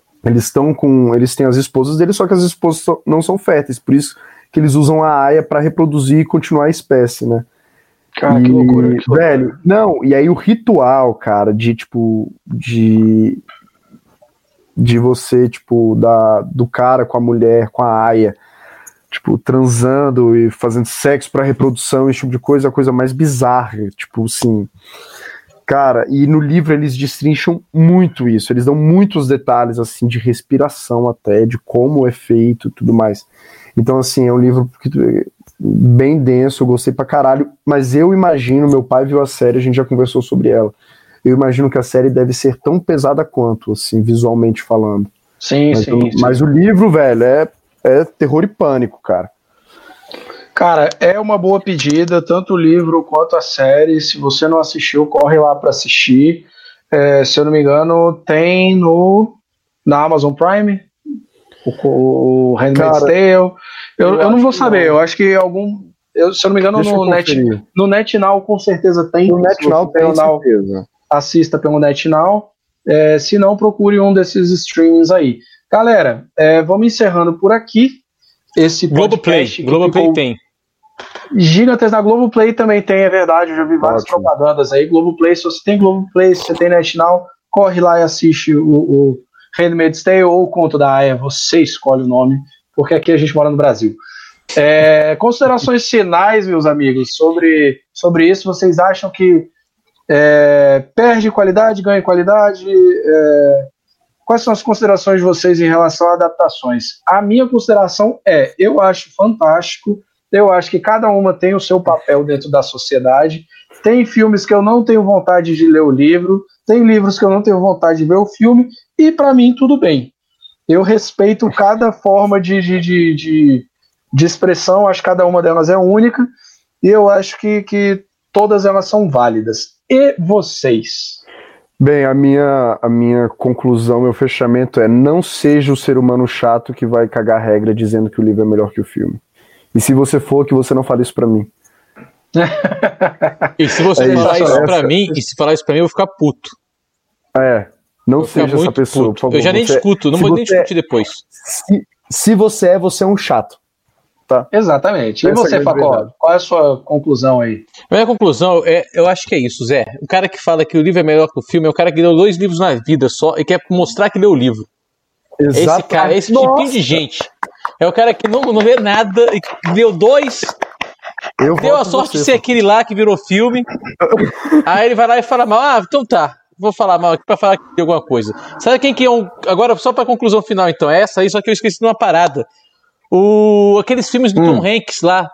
as esposas deles, só que as esposas não são férteis, por isso que eles usam a aia para reproduzir e continuar a espécie, né? Cara, que loucura. Velho, não, e aí o ritual, cara, de você, tipo, do cara com a mulher, com a aia, tipo, transando e fazendo sexo pra reprodução, esse tipo de coisa, é a coisa mais bizarra, tipo, assim, cara, e no livro eles destrincham muito isso, eles dão muitos detalhes, assim, de respiração até, de como é feito e tudo mais. Então, assim, é um livro bem denso, eu gostei pra caralho, mas eu imagino, meu pai viu a série, a gente já conversou sobre ela, eu imagino que a série deve ser tão pesada quanto, assim, visualmente falando. Sim. Mas o livro, velho, é terror e pânico, cara. Cara, é uma boa pedida, tanto o livro quanto a série. Se você não assistiu, corre lá pra assistir. Se eu não me engano, tem na Amazon Prime, o Handmaid's Tale. Eu não vou saber, eu acho que se eu não me engano, no NetNow com certeza tem. No NetNow tem, certeza. Assista pelo NetNow, se não, procure um desses streams aí. Galera, vamos encerrando por aqui esse podcast. Globoplay tem. Gigantesco. Na Globoplay também tem, é verdade, eu já vi várias propagandas aí. Globoplay, se você tem Globoplay, se você tem NetNow, corre lá e assiste o Handmaid's Tale ou o Conto da Aya, você escolhe o nome, porque aqui a gente mora no Brasil. Considerações finais, meus amigos, sobre isso. Vocês acham que perde qualidade, ganha qualidade? Quais são as considerações de vocês em relação a adaptações? A minha consideração eu acho fantástico, eu acho que cada uma tem o seu papel dentro da sociedade. Tem filmes que eu não tenho vontade de ler o livro, tem livros que eu não tenho vontade de ver o filme, e para mim tudo bem. Eu respeito cada forma de expressão, acho que cada uma delas é única, e eu acho que todas elas são válidas. E vocês? Bem, a minha conclusão, meu fechamento não seja o ser humano chato que vai cagar regra dizendo que o livro é melhor que o filme. E se você for, que você não fale isso pra mim. E se você falar isso pra mim, eu vou ficar puto. Não seja essa pessoa, por favor. Eu já nem discuto, não vou nem discutir depois. Se você é um chato. Tá? Exatamente. E você, Facó? Qual é a sua conclusão aí? A minha conclusão eu acho que é isso, Zé. O cara que fala que o livro é melhor que o filme é o cara que leu 2 livros na vida só e quer mostrar que leu o livro. Exato. Esse cara, esse tipinho de gente. É o cara que não lê nada e leu 2. Deu a sorte de ser aquele lá que virou filme. Aí ele vai lá e fala mal. Então tá. Vou falar mal aqui pra falar que tem alguma coisa. Sabe quem que é um... Agora, só pra conclusão final, então. É essa aí, só que eu esqueci de uma parada. Aqueles filmes do Tom Hanks lá,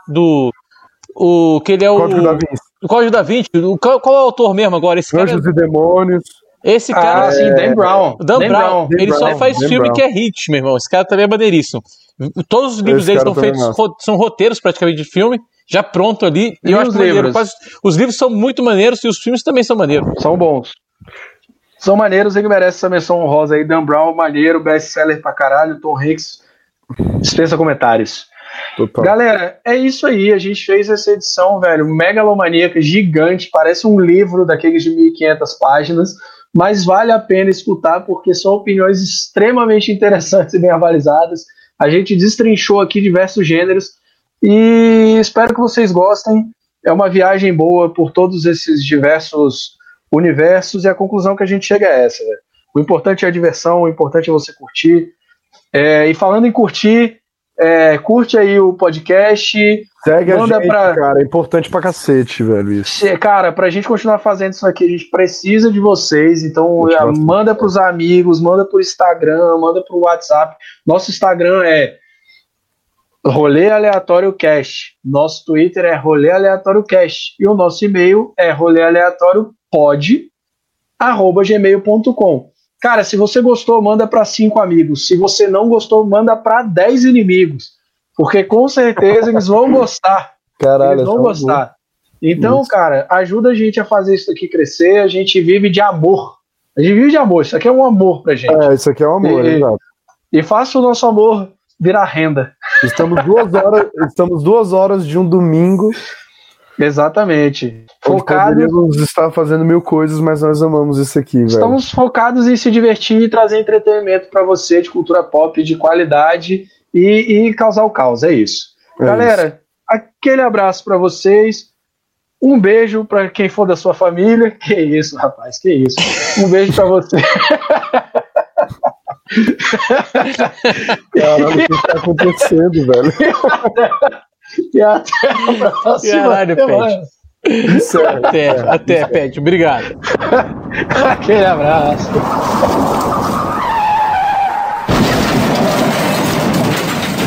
que ele é o Código da Vinci. O Código da Vinci. Qual é o autor mesmo agora? Esse Anjos e Demônios. Esse cara, sim, Dan Brown. Dan Brown. Ele só faz filme que é hit, meu irmão. Esse cara também é maneiríssimo. Todos os livros dele estão feitos, são roteiros praticamente de filme, já pronto ali. E eu acho maneiro. Os livros são muito maneiros e os filmes também são maneiros. São bons. São maneiros e que merece essa menção honrosa aí. Dan Brown, maneiro, best-seller pra caralho. Tom Hanks, dispensa comentários. Total. Galera, é isso aí. A gente fez essa edição, velho, megalomaníaca, gigante. Parece um livro daqueles de 1.500 páginas. Mas vale a pena escutar porque são opiniões extremamente interessantes e bem avalizadas. A gente destrinchou aqui diversos gêneros e espero que vocês gostem. É uma viagem boa por todos esses diversos universos e a conclusão que a gente chega é essa, né? O importante é a diversão, o importante é você curtir. E falando em curtir, curte aí o podcast. Segue a gente, cara, é importante pra cacete, velho, isso. Cara, pra gente continuar fazendo isso aqui, a gente precisa de vocês, então manda pros amigos, manda pro Instagram, manda pro WhatsApp. Nosso Instagram é Rolê Aleatório Cast, nosso Twitter é Rolê Aleatório Cast e o nosso e-mail é rolealeatóriopod@gmail.com. Cara, se você gostou, manda pra 5 amigos. Se você não gostou, manda pra 10 inimigos. Porque com certeza eles vão gostar. Caralho, eles vão gostar. Bom. Então, cara, ajuda a gente a fazer isso aqui crescer. A gente vive de amor. A gente vive de amor. Isso aqui é um amor pra gente. Isso aqui é um amor, exato. E faça o nosso amor virar renda. Estamos 2 horas de um domingo. Exatamente. Poderíamos estar fazendo 1000 coisas, mas nós amamos isso aqui, velho. Estamos focados em se divertir e trazer entretenimento pra você de cultura pop de qualidade. E causar o caos, é isso. Galera, aquele abraço pra vocês, um beijo pra quem for da sua família. Que isso, rapaz, que isso. Um beijo pra você. Caralho, o que tá acontecendo, velho? E até a próxima. Caralho, Pet. Até, Pet. Obrigado. Aquele abraço.